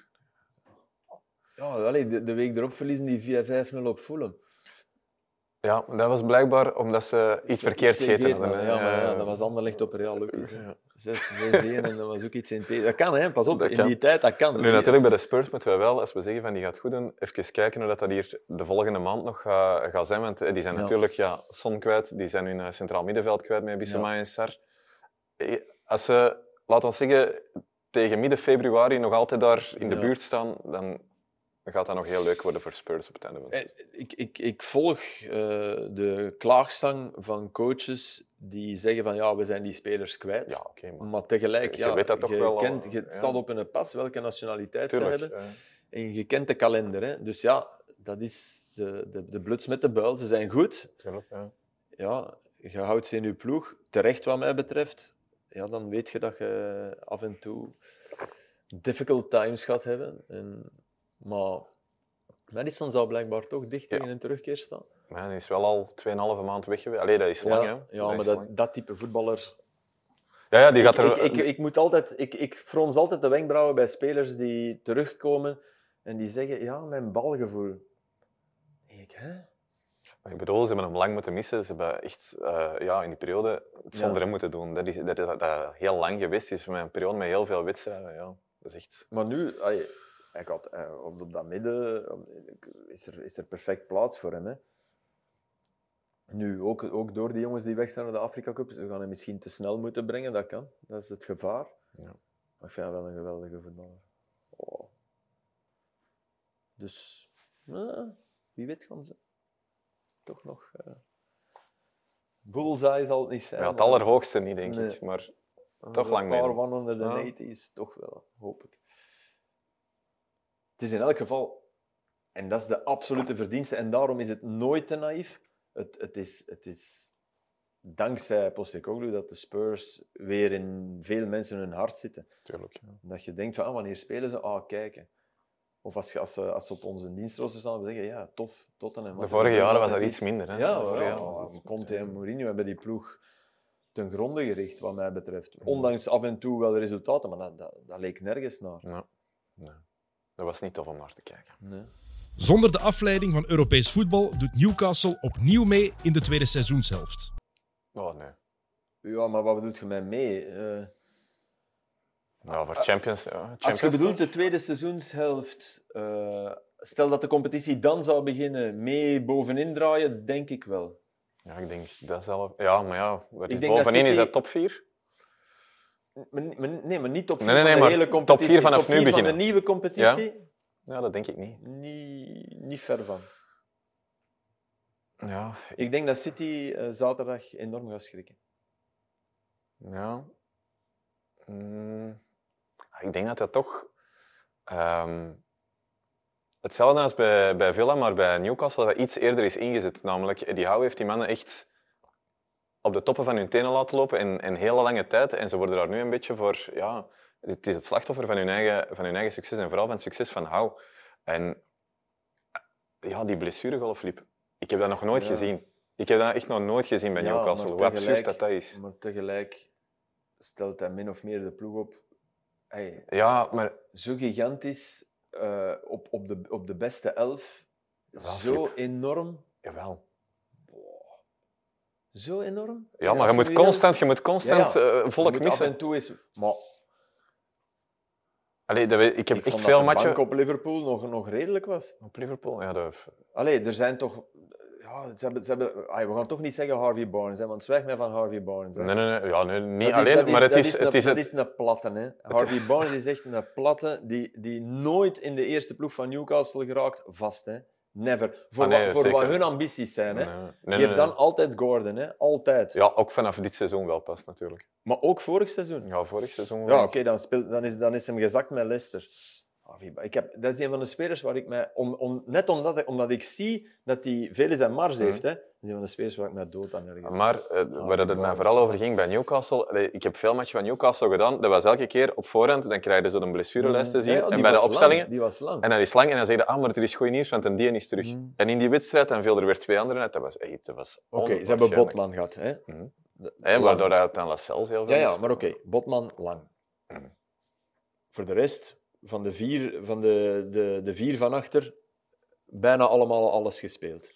Ja, allee, de, de week erop verliezen die vijf nul op Fulham. Ja, dat was blijkbaar omdat ze iets verkeerd gegeten hadden. hè. Ja, maar ja, Ja. dat was Anderlecht op Real Lucas. Ja. zes één en dat was ook iets in tegen. Dat kan, hè. Pas op. Dat in kan. die tijd, dat kan. Nu, natuurlijk bij de Spurs moeten we wel, als we zeggen van die gaat goed doen, even kijken hoe dat, dat hier de volgende maand nog gaat, gaat zijn. Want eh, die zijn Ja. natuurlijk ja, Son kwijt, die zijn hun eh, centraal middenveld kwijt met Bissoma Ja. en Sar. Eh, Als ze, laten we zeggen, tegen midden februari nog altijd daar in de Ja. buurt staan, dan gaat dat nog heel leuk worden voor Spurs op het einde van het Eh, seizoen. Ik, ik, ik volg uh, de klaagzang van coaches die zeggen van ja, we zijn die spelers kwijt. Ja, oké, maar Maar tegelijk, Je ja, weet dat toch je, wel al, kent, je ja. staat op een pas welke nationaliteit ze tuurlijk. hebben. eh, En je kent de kalender. Hè. Dus ja, dat is de, de, de bluts met de buil. Ze zijn goed. tuurlijk, ja. Ja, je houdt ze in je ploeg. Terecht wat mij betreft. Ja, dan weet je dat je af en toe difficult times gaat hebben. En, maar Madison zou blijkbaar toch dicht tegen Ja. een terugkeer staan. Maar hij is wel al tweeënhalve maand weg geweest. Allee, dat is lang, hè. ja, ja, Dat maar is dat, lang. dat type voetballer... Ja, ja, die gaat Ik, er... ik, ik, ik, moet altijd, ik, ik frons altijd de wenkbrauwen bij spelers die terugkomen en die zeggen, ja, mijn balgevoel. En ik, hè? Maar ik bedoel, ze hebben hem lang moeten missen. Ze hebben echt uh, ja, in die periode het zonder Ja. hem moeten doen. Dat is, dat is dat heel lang geweest is, met een periode met heel veel wedstrijden. Ja. Dat is echt... Maar nu, ay, hij gaat, eh, op, op dat midden is er, is er perfect plaats voor hem. Hè. Nu, ook, ook door die jongens die weg zijn naar de Afrika Cup, ze gaan hem misschien te snel moeten brengen, dat kan. Dat is het gevaar. Ja. Maar ik vind hem wel een geweldige voetballer. Oh. Dus, ja, wie weet gaan ze toch nog uh, bullseye zal het niet zijn. Ja, het allerhoogste niet, denk nee. ik. Maar toch lang mee. Een paar one onder de ja. negentig is toch wel, hoop ik. Het is in elk geval, en dat is de absolute verdienste, en daarom is het nooit te naïef. Het, het, is, het is dankzij Postecoglou dat de Spurs weer in veel mensen hun hart zitten. Tuurlijk, ja. Dat je denkt van, ah, wanneer spelen ze? Ah, kijken. Of als, je, als, ze, als ze op onze dienstrooster staan, we zeggen, ja, tof, Tottenham. De vorige jaren was dat iets minder. Hè? Ja, de vorige ja, jaren was ja Conte en Mourinho hebben die ploeg ten gronde gericht, wat mij betreft. Ondanks af en toe wel resultaten, maar dat, dat, dat leek nergens naar. Ja. Nee. Dat was niet tof om naar te kijken. Nee. Zonder de afleiding van Europees voetbal doet Newcastle opnieuw mee in de tweede seizoenshelft. Oh, nee. Ja, maar wat bedoelt je mij mee? Uh... Nou, voor Champions, ja, Champions Als je bedoelt de tweede seizoenshelft, uh, stel dat de competitie dan zou beginnen, mee bovenin draaien, denk ik wel. Ja, ik denk dat zelf. Ja, maar ja, wat is ik bovenin? City... Is dat top vier? Nee, maar niet top vier nee, nee, nee, van de hele competitie. Top vier vanaf top vier nu beginnen. Van de nieuwe competitie? Ja? Ja, dat denk ik niet. Niet, niet ver van. Ja. Ik denk dat City uh, zaterdag enorm gaat schrikken. Ja. Mm. Ik denk dat dat toch... Um, hetzelfde als bij, bij Villa, maar bij Newcastle dat iets eerder is ingezet. Namelijk, Eddie Howe heeft die mannen echt op de toppen van hun tenen laten lopen in een hele lange tijd. En ze worden daar nu een beetje voor... Ja, het is het slachtoffer van hun eigen, van hun eigen succes en vooral van het succes van Howe. En ja, die blessuregolf liep. Ik heb dat nog nooit ja. gezien. Ik heb dat echt nog nooit gezien bij ja, Newcastle. Hoe absurd dat dat is. Maar tegelijk stelt hij min of meer de ploeg op. Hey, ja, maar... Zo gigantisch, uh, op, op, de, op de beste elf. Jawel, zo Flip. Enorm. Jawel. Boah. Zo enorm. Ja, maar ja, je, moet constant, je moet constant ja, ja. Uh, volk je moet missen. Af en toe is... Maar... Allee, dat, ik heb ik echt veel matchen... Ik vond dat de bank op Liverpool nog, nog redelijk was. Op Liverpool? Ja, dat... Allee, er zijn toch... Ja, ze hebben, ze hebben, ay, we gaan toch niet zeggen Harvey Barnes, hè, want zwijg mij van Harvey Barnes. Hè. Nee, nee, nee, ja, nee niet dat alleen, is, is, maar het is... is, het een, is dat het... is een platte. Hè. Harvey Barnes is echt een platte die, die nooit in de eerste ploeg van Newcastle geraakt. Vast, hè. Never. Voor, ah, nee, wat, voor wat hun ambities zijn. Hè. Nee, nee, nee, Geef dan nee. altijd Gordon, hè. Altijd. Ja, ook vanaf dit seizoen wel pas, natuurlijk. Maar ook vorig seizoen? Ja, vorig seizoen wel. Ja, oké, okay, dan, dan, is, dan is hem gezakt met Leicester. Ik heb, dat is een van de spelers waar ik mij... Om, om, net omdat, omdat ik zie dat hij veel in zijn mars heeft, hè, dat is een van de spelers waar ik mij dood aan erger. Maar uh, waar het mij vooral over ging bij Newcastle... Allee, ik heb veel matchen van Newcastle gedaan. Dat was elke keer op voorhand. Dan krijg je zo een blessurelijst te zien. Ja, ja, en bij de opstellingen... Lang, die was lang. En dan is lang. En dan zeg je, ah, maar er is goed nieuws, want een die is terug. Mm. En in die wedstrijd, dan viel er weer twee anderen uit. Dat was echt... was Oké, okay, ze hebben Botman gehad, hè. Mm. Hey, waardoor hij dan Lascelles heel veel Ja, ja, maar oké. Okay, Botman, lang. Mm. Voor de rest... Van de vier van, de, de, de vier van achter, bijna allemaal alles gespeeld.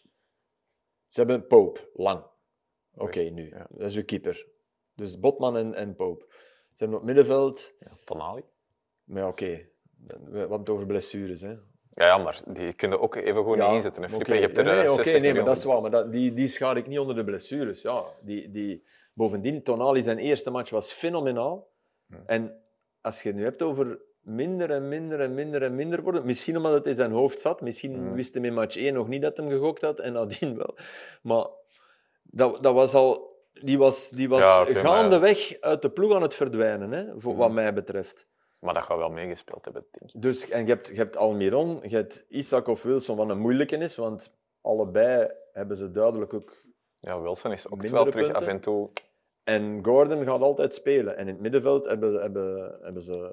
Ze hebben Pope, lang. Oké, okay, nu. Ja. Dat is uw keeper. Dus Botman en, en Pope. Ze hebben op middenveld... Ja, Tonali. Maar oké, okay. Wat over blessures, hè. Ja, ja, maar die kunnen ook even goed ja, niet inzetten. Hè, okay. Je hebt er nee, nee, zestig okay, nee, maar dat is waar. Maar dat, die, die schaar ik niet onder de blessures. Ja, die, die... Bovendien, Tonali zijn eerste match was fenomenaal. Hmm. En als je het nu hebt over... minder en minder en minder en minder worden. Misschien omdat het in zijn hoofd zat. Misschien mm. wist hij in match één nog niet dat hij gegokt had en nadien wel. Maar dat, dat was al... Die was, die was ja, okay, gaandeweg ja. uit de ploeg aan het verdwijnen, hè, voor, mm. wat mij betreft. Maar dat gaat wel meegespeeld hebben, denk ik. Dus, en je hebt, je hebt Almiron, je hebt Isaac of Wilson, wat een moeilijke is, want allebei hebben ze duidelijk ook... Ja, Wilson is ook wel terug af en toe... En Gordon gaat altijd spelen. En in het middenveld hebben, hebben, hebben ze...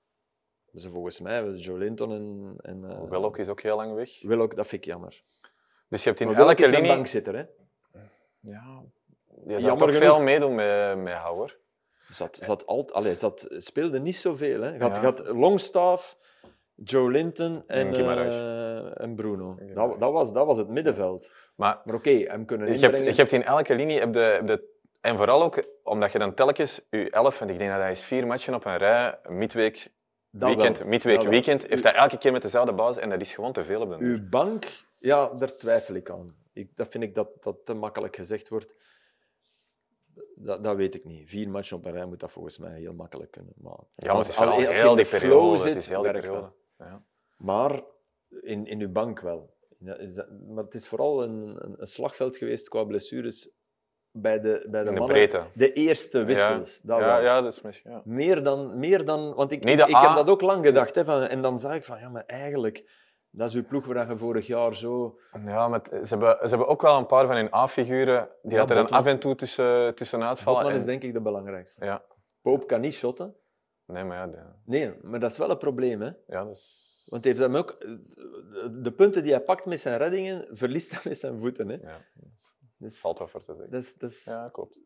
Ze volgens mij hebben Joe Linton en... en uh, Willock is ook heel lang weg. Willock, dat vind ik jammer. Dus je hebt in maar elke linie... linie... een bankzitter, hè? Ja, je zou toch genoeg. veel meedoen met, met Hauer. Zat, zat al, allez, zat, speelde niet zoveel, hè? Gaat, ja. gaat Longstaff, Joe Linton en, en, uh, en Bruno. Dat, dat, was, dat was het middenveld. Maar, maar oké, okay, hem kunnen je hebt, je hebt in elke linie... Heb de, heb de, en vooral ook, omdat je dan telkens je elf... Want ik denk dat hij is vier matchen op een rij, midweek... Dat weekend, wel. midweek, dat weekend, wel. heeft hij elke keer met dezelfde basis en dat is gewoon te veel op de Uw uur. Bank, ja, daar twijfel ik aan. Ik, dat vind ik dat dat te makkelijk gezegd wordt. Dat, dat weet ik niet. Vier matchen op een rij moet dat volgens mij heel makkelijk kunnen. Maar ja, maar het is vooral heel die periode. Zit, het is heel die periode. Ja. Maar in, in uw bank wel. Ja, is dat, maar het is vooral een, een, een slagveld geweest qua blessures bij de, bij de, In de mannen breedte. de eerste wissels. Ja, Dat ja, wel. ja, dat is misschien... Ja. Meer dan... Meer dan want ik, Nee, ik, de ik A- heb dat ook lang gedacht. Hè, van, en dan zag ik van, ja, maar eigenlijk... Dat is uw ploeg waar je vorig jaar zo... Ja, maar het- ze, hebben, ze hebben ook wel een paar van hun A-figuren die Ja, dat er dan Botman- af en toe tussen, tussenuit vallen. Botman is en- denk ik de belangrijkste. Ja, Pope kan niet shotten. nee, maar ja... De, Nee, maar dat is wel een probleem, hè. ja, dat is... Want hij heeft hem ook... De punten die hij pakt met zijn reddingen, verliest hij met zijn voeten, hè. Ja, dat is- Dus, valt wel voor te zeggen. dat is, dat is... Ja, klopt.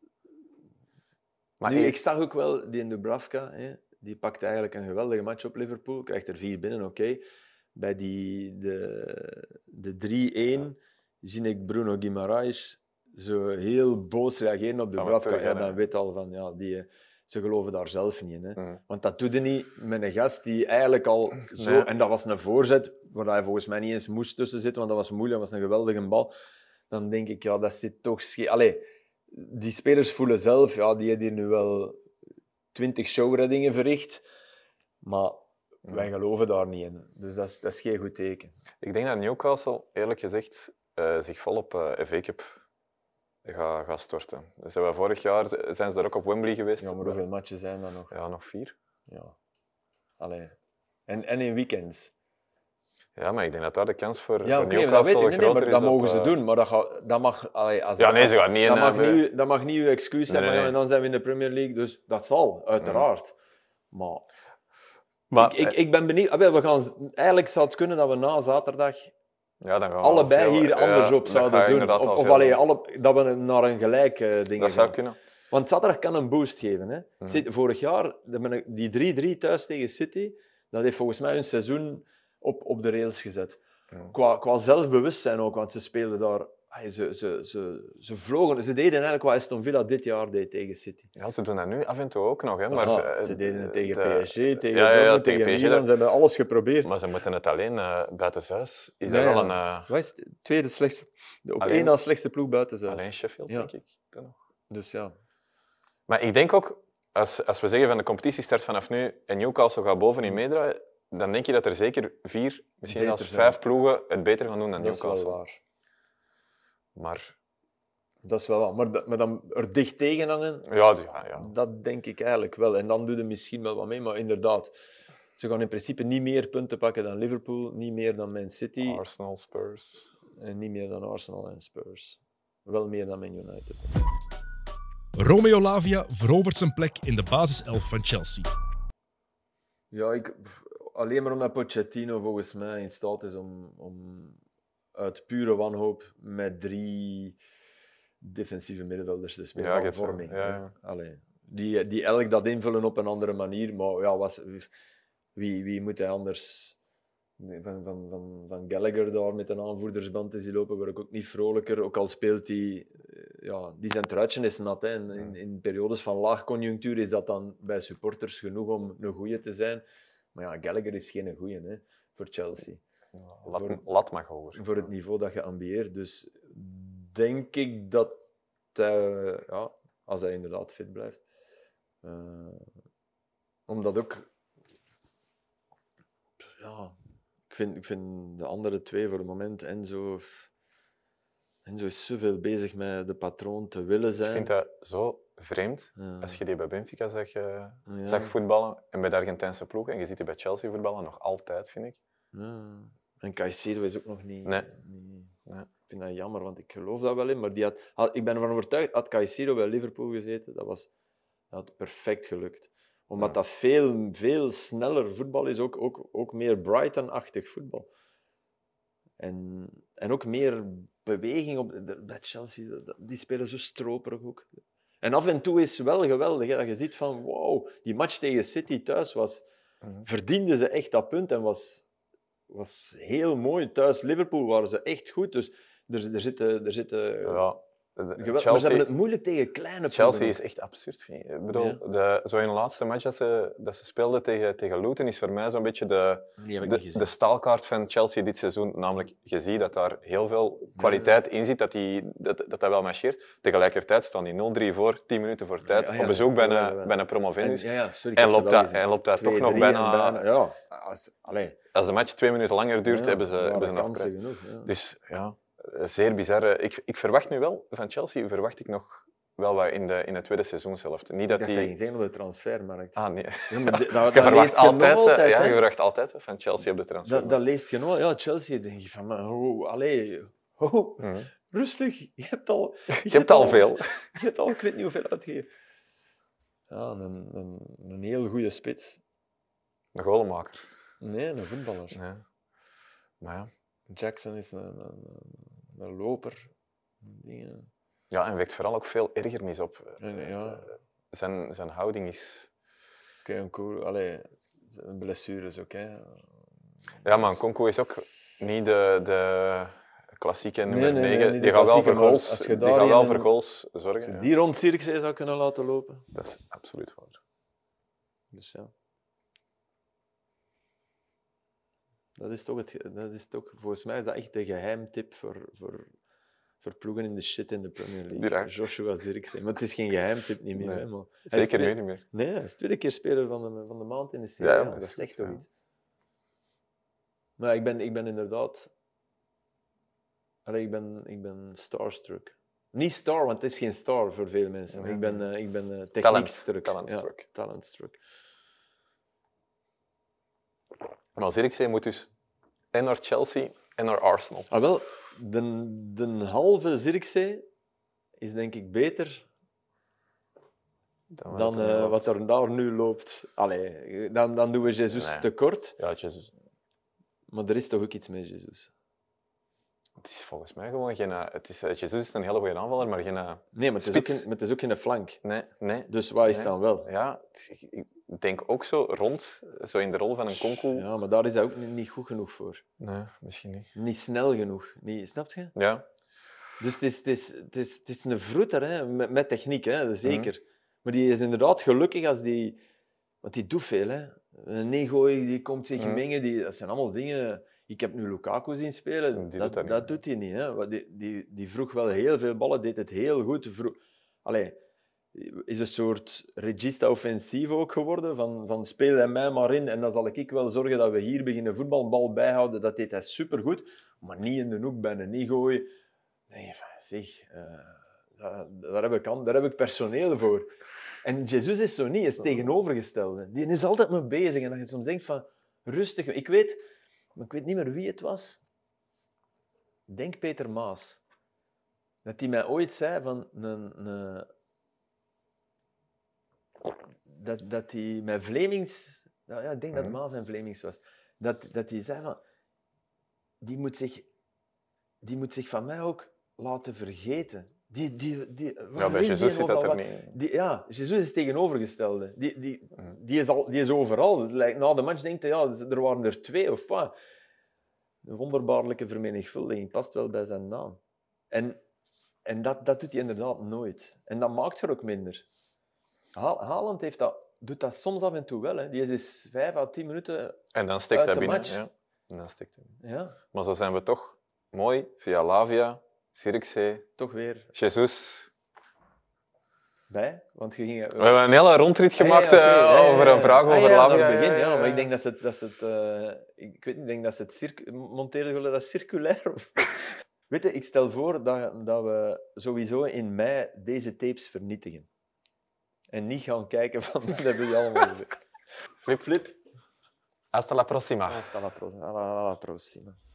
Maar nu, ik- ik zag ook wel, die in Dubravka, hè, die pakt eigenlijk een geweldige match op Liverpool. Krijgt er vier binnen, oké. Bij die, de, de drie-een zie ik Bruno Guimaraes zo heel boos reageren op Van Dubravka. wat terug, Ja, hè. dan weet al van, ja, die, eh, ze geloven daar zelf niet in. Hè. Mm. Want dat doet hij niet met een gast die eigenlijk al zo... Nee. En dat was een voorzet waar hij volgens mij niet eens moest tussen zitten, want dat was moeilijk, dat was een geweldige bal. Dan denk ik, ja, dat zit toch... Sche- Allee, die spelers voelen zelf, ja, die hebben hier nu wel twintig showreddingen verricht, maar wij geloven daar niet in. Dus dat is, dat is geen goed teken. Ik denk dat Newcastle, eerlijk gezegd, uh, zich vol op uh, F A Cup gaat ga storten. Dus hebben vorig jaar zijn ze daar ook op Wembley geweest. Ja, maar hoeveel matchen zijn er nog? Ja, nog vier. Ja. Allee. En, en in weekends. Ja, maar ik denk dat daar de kans voor, Ja, voor okay, Newcastle dat weet ik. Nee, groter nee, maar is. dat mogen op, ze uh... doen, maar dat, gaat, dat mag... Allee, als Ja, dat, nee, ze gaan niet dat, in... mag uh, niet, dat mag niet uw excuus zijn, nee, nee, nee. en dan zijn we in de Premier League, dus dat zal, uiteraard. Mm. Maar... maar ik, ik, ik ben benieuwd... We gaan, eigenlijk zou het kunnen dat we na zaterdag ja, dan gaan we allebei veel, hier ja, anders op zouden doen. Of, of allee, alle, dat we naar een gelijk uh, ding Dat zou kunnen. Want zaterdag kan een boost geven. Hè? Hmm. Vorig jaar, die drie-drie thuis tegen City, dat heeft volgens mij hun seizoen op, op de rails gezet. Hmm. Qua, qua zelfbewustzijn ook, want ze speelden daar... Ze, ze, ze, ze vlogen, ze deden eigenlijk wat Aston Villa dit jaar deed tegen City. Ja, ze doen dat nu af en toe ook nog. Hè, maar, Aha, ze deden het tegen de, P S G, tegen ja, ja, ja, Dortmund, tegen tegen P S G. Milan. Ze hebben alles geprobeerd. Maar ze moeten het alleen uh, buitenshuis. Is ja, dat ja. wel een... Uh... Wat is het tweede slechtste? De op alleen, één na slechtste ploeg buitenshuis. Alleen Sheffield, ja. denk ik. Dan nog. Dus ja. Maar ik denk ook, als, als we zeggen van de competitie start vanaf nu en Newcastle gaat bovenin meedraaien, dan denk je dat er zeker vier, misschien beter zelfs zijn. vijf ploegen het beter gaan doen dan Dat Newcastle. is wel waar. Maar... Dat is wel waar. Maar, maar dan er dicht tegen hangen, Ja, ja, ja. dat denk ik eigenlijk wel. En dan doe je misschien wel wat mee, maar inderdaad. Ze gaan in principe niet meer punten pakken dan Liverpool, niet meer dan Man City. Arsenal, Spurs. En niet meer dan Arsenal en Spurs. Wel meer dan Man United. Romeo Lavia verovert zijn plek in de basiself van Chelsea. Ja, ik, alleen maar omdat Pochettino volgens mij in staat is om, om uit pure wanhoop met drie defensieve middenvelders te spelen. Ja, van zo. vorming. Ja, ja. Allee, die, die elk dat invullen op een andere manier. Maar ja, was, wie, wie moet hij anders... Van, van, van, van Gallagher daar met een aanvoerdersband te zien lopen, word ik ook niet vrolijker. Ook al speelt hij... Ja, die zijn truitje is nat. Hè. In, in, in periodes van laagconjunctuur is dat dan bij supporters genoeg om een goeie te zijn. Maar ja, Gallagher is geen goeie hè, voor Chelsea. Lat, voor, lat mag hoger. Voor het niveau dat je ambieert. Dus denk ik dat hij, ja, als hij inderdaad fit blijft, uh, omdat ook... Ja, ik vind, ik vind de andere twee voor het moment, Enzo... Enzo is zoveel bezig met de patroon te willen zijn. Ik vind dat zo vreemd, ja. als je die bij Benfica zag, uh, ja. zag voetballen en bij de Argentijnse ploegen, en je ziet die bij Chelsea voetballen, nog altijd, vind ik. Ja. En Caicedo is ook nog niet... Nee. niet nee. Ik vind dat jammer, want ik geloof dat wel in. Maar die had, had, ik ben ervan overtuigd, had Caicedo bij Liverpool gezeten, dat, was, dat had perfect gelukt. Omdat ja. dat veel, veel sneller voetbal is, ook, ook, ook meer Brighton-achtig voetbal. En, en ook meer beweging op... Bij Chelsea, die spelen zo stroperig ook. En af en toe is het wel geweldig, hè, dat je ziet van, wow, die match tegen City thuis was... Mm-hmm. Verdienden ze echt dat punt en was, was heel mooi. Thuis Liverpool waren ze echt goed, dus er, er zitten... Er zitten ja. Geweld, Chelsea, maar ze hebben het moeilijk tegen kleine Chelsea ploegen. is echt absurd, vind ik. Ik bedoel, ja. de, zo in de laatste match dat ze, dat ze speelden tegen, tegen Luton is voor mij zo'n beetje de, de, de staalkaart van Chelsea dit seizoen. Namelijk, je ziet dat daar heel veel kwaliteit ja. in zit, dat, die, dat, dat dat wel marcheert. Tegelijkertijd staan die nul drie voor, tien minuten voor tijd, ja, ja, op bezoek bij, ja, een, bij een promovendus. En, ja, ja, sorry, en loopt dat, en loopt dat toch nog bijna... bijna ja, als, als de match twee minuten langer duurt, ja, hebben ze, hebben ze nog prijs. Genoeg, ja. Dus ja... Zeer bizar. Ik, ik verwacht nu wel, van Chelsea verwacht ik nog wel wat in de, in het tweede seizoenshelft. Niet dat dat die... ging zijn op de transfermarkt. Ah, nee. Ja, maar de- dat, Je dat verwacht leest je altijd, nog altijd, ja, hè. je verwacht altijd van Chelsea op de transfer. Dat, dat leest je nog. Ja, Chelsea, denk je van, maar, oh, allee, oh, Mhm. rustig. Je hebt al... Je, Je hebt al veel. Je hebt al, ik weet niet hoeveel uitgegeven. Ja, een, een, een heel goede spits. Een goalmaker. Nee, een voetballer. Ja. Maar ja. Jackson is een, een, een loper. Dingen. ja, en wekt vooral ook veel ergernis op. En, ja, Zijn, zijn houding is... oké, een cool. Allee, blessures ook, hè. Ja, maar Nkunku is ook niet de, de klassieke nummer Nee, nee, nee, negen. niet de die gaat wel klassieke, voor maar goals, als je die daar gaat wel een- voor goals Als zorgen. je Ja. die rond Zirkzee zou kunnen laten lopen. Dat is absoluut waar. Dus ja. Dat is toch, het, dat is toch, volgens mij is dat echt de geheimtip voor, voor, voor ploegen in de shit in de Premier League. Direct. Joshua Zirkzee. Maar het is geen geheimtip niet meer. Nee. Hè, maar hij is Zeker twee- nu niet meer. Nee, hij is tweede keer speler van de, van de maand in de serie. Ja, Ja, maar dat is is goed, echt toch ja. iets. Maar ik ben, ik ben inderdaad... Allee, ik, ben, ik ben starstruck. Niet star, want het is geen star voor veel mensen. Maar ik ben, uh, ik ben uh, techniekstruck. Talentstruck. Ja, talentstruck. Maar Zirkzee moet dus en naar Chelsea en naar Arsenal. Ah, wel, de, de halve Zirkzee is denk ik beter Dan, dan uh, wat er daar nu loopt. Allee, dan, dan doen we Jesus Nee. tekort. Ja, Jesus. Maar er is toch ook iets met Jesus. Het is volgens mij gewoon geen... uh, Het is, uh, Jesus is een hele goede aanvaller, maar geen... uh, Nee, maar het, is ook, Spits. geen- maar het is ook geen flank. Nee, nee. Dus wat is Nee. dan wel? Ja, het is- ik denk ook zo rond, zo in de rol van een Nkunku. Ja, maar daar is hij ook niet, niet goed genoeg voor. Nee, misschien niet. Niet snel genoeg. Niet, snap je? Ja. Dus het is, het is, het is, het is een vroeter, hè, met, met techniek, hè, zeker. Mhm. Maar die is inderdaad gelukkig als die... Want die doet veel, hè. Een Negooi, die komt zich Mhm. mengen. Die, dat zijn allemaal dingen... Ik heb nu Lukaku zien spelen. Die dat doet dat dat niet. doet hij niet. Hè. Want Die, die, die vroeg wel heel veel ballen, deed het heel goed. Vroeg... Allee, is een soort regista offensief ook geworden. Van, van speel hij mij maar in en dan zal ik wel zorgen dat we hier beginnen voetbalbal bijhouden. Dat deed hij supergoed. Maar niet in de hoek bij een Negooi. Nee, zeg... Uh, daar, daar, heb ik aan, daar heb ik personeel voor. En Jesus is zo niet, is het tegenovergestelde. Die is altijd mee bezig. En dat je soms denkt van, rustig. Ik weet, maar ik weet niet meer wie het was. Ik denk Peter Maas. Dat hij mij ooit zei van... Een, een, dat, dat hij met Vlemings... Ja, ik denk dat het Maas en Vlemings was. Dat, dat hij zei van... Die moet zich, die moet zich van mij ook laten vergeten. Die, die, die, Ja, bij Jesus zit dat er niet. Die, ja, Jesus is het tegenovergestelde. Die, die, die, is al, die is overal. Like, na de match denkt hij, ja, er waren er twee of wat. Een wonderbaarlijke vermenigvuldiging past wel bij zijn naam. En, en dat, dat doet hij inderdaad nooit. En dat maakt er ook minder. Ha- Haaland heeft dat, doet dat soms af en toe wel. Hè. Die is dus vijf à tien minuten... En dan stikt Uit hij de binnen. match. Ja. En dan stikt hij binnen. Ja, Maar zo zijn we toch mooi via Lavia, Zirkzee, toch weer Jesus. bij. Want je ging... We hebben een hele rondrit gemaakt Ah, ja, oké. eh, Ja, ja, ja. over een vraag Ah, over ja, Lavia. naar het begin, ja, ja, maar ik denk dat ze het... Dat ze het uh, ik weet niet, ik denk dat ze het circu- monteerden, willen dat circulair... Of... Weet je, ik stel voor dat, dat we sowieso in mei deze tapes vernietigen. En niet gaan kijken van, wat hebben jullie allemaal gezegd. Flip, flip. Hasta la próxima. Hasta la pro- hasta la próxima.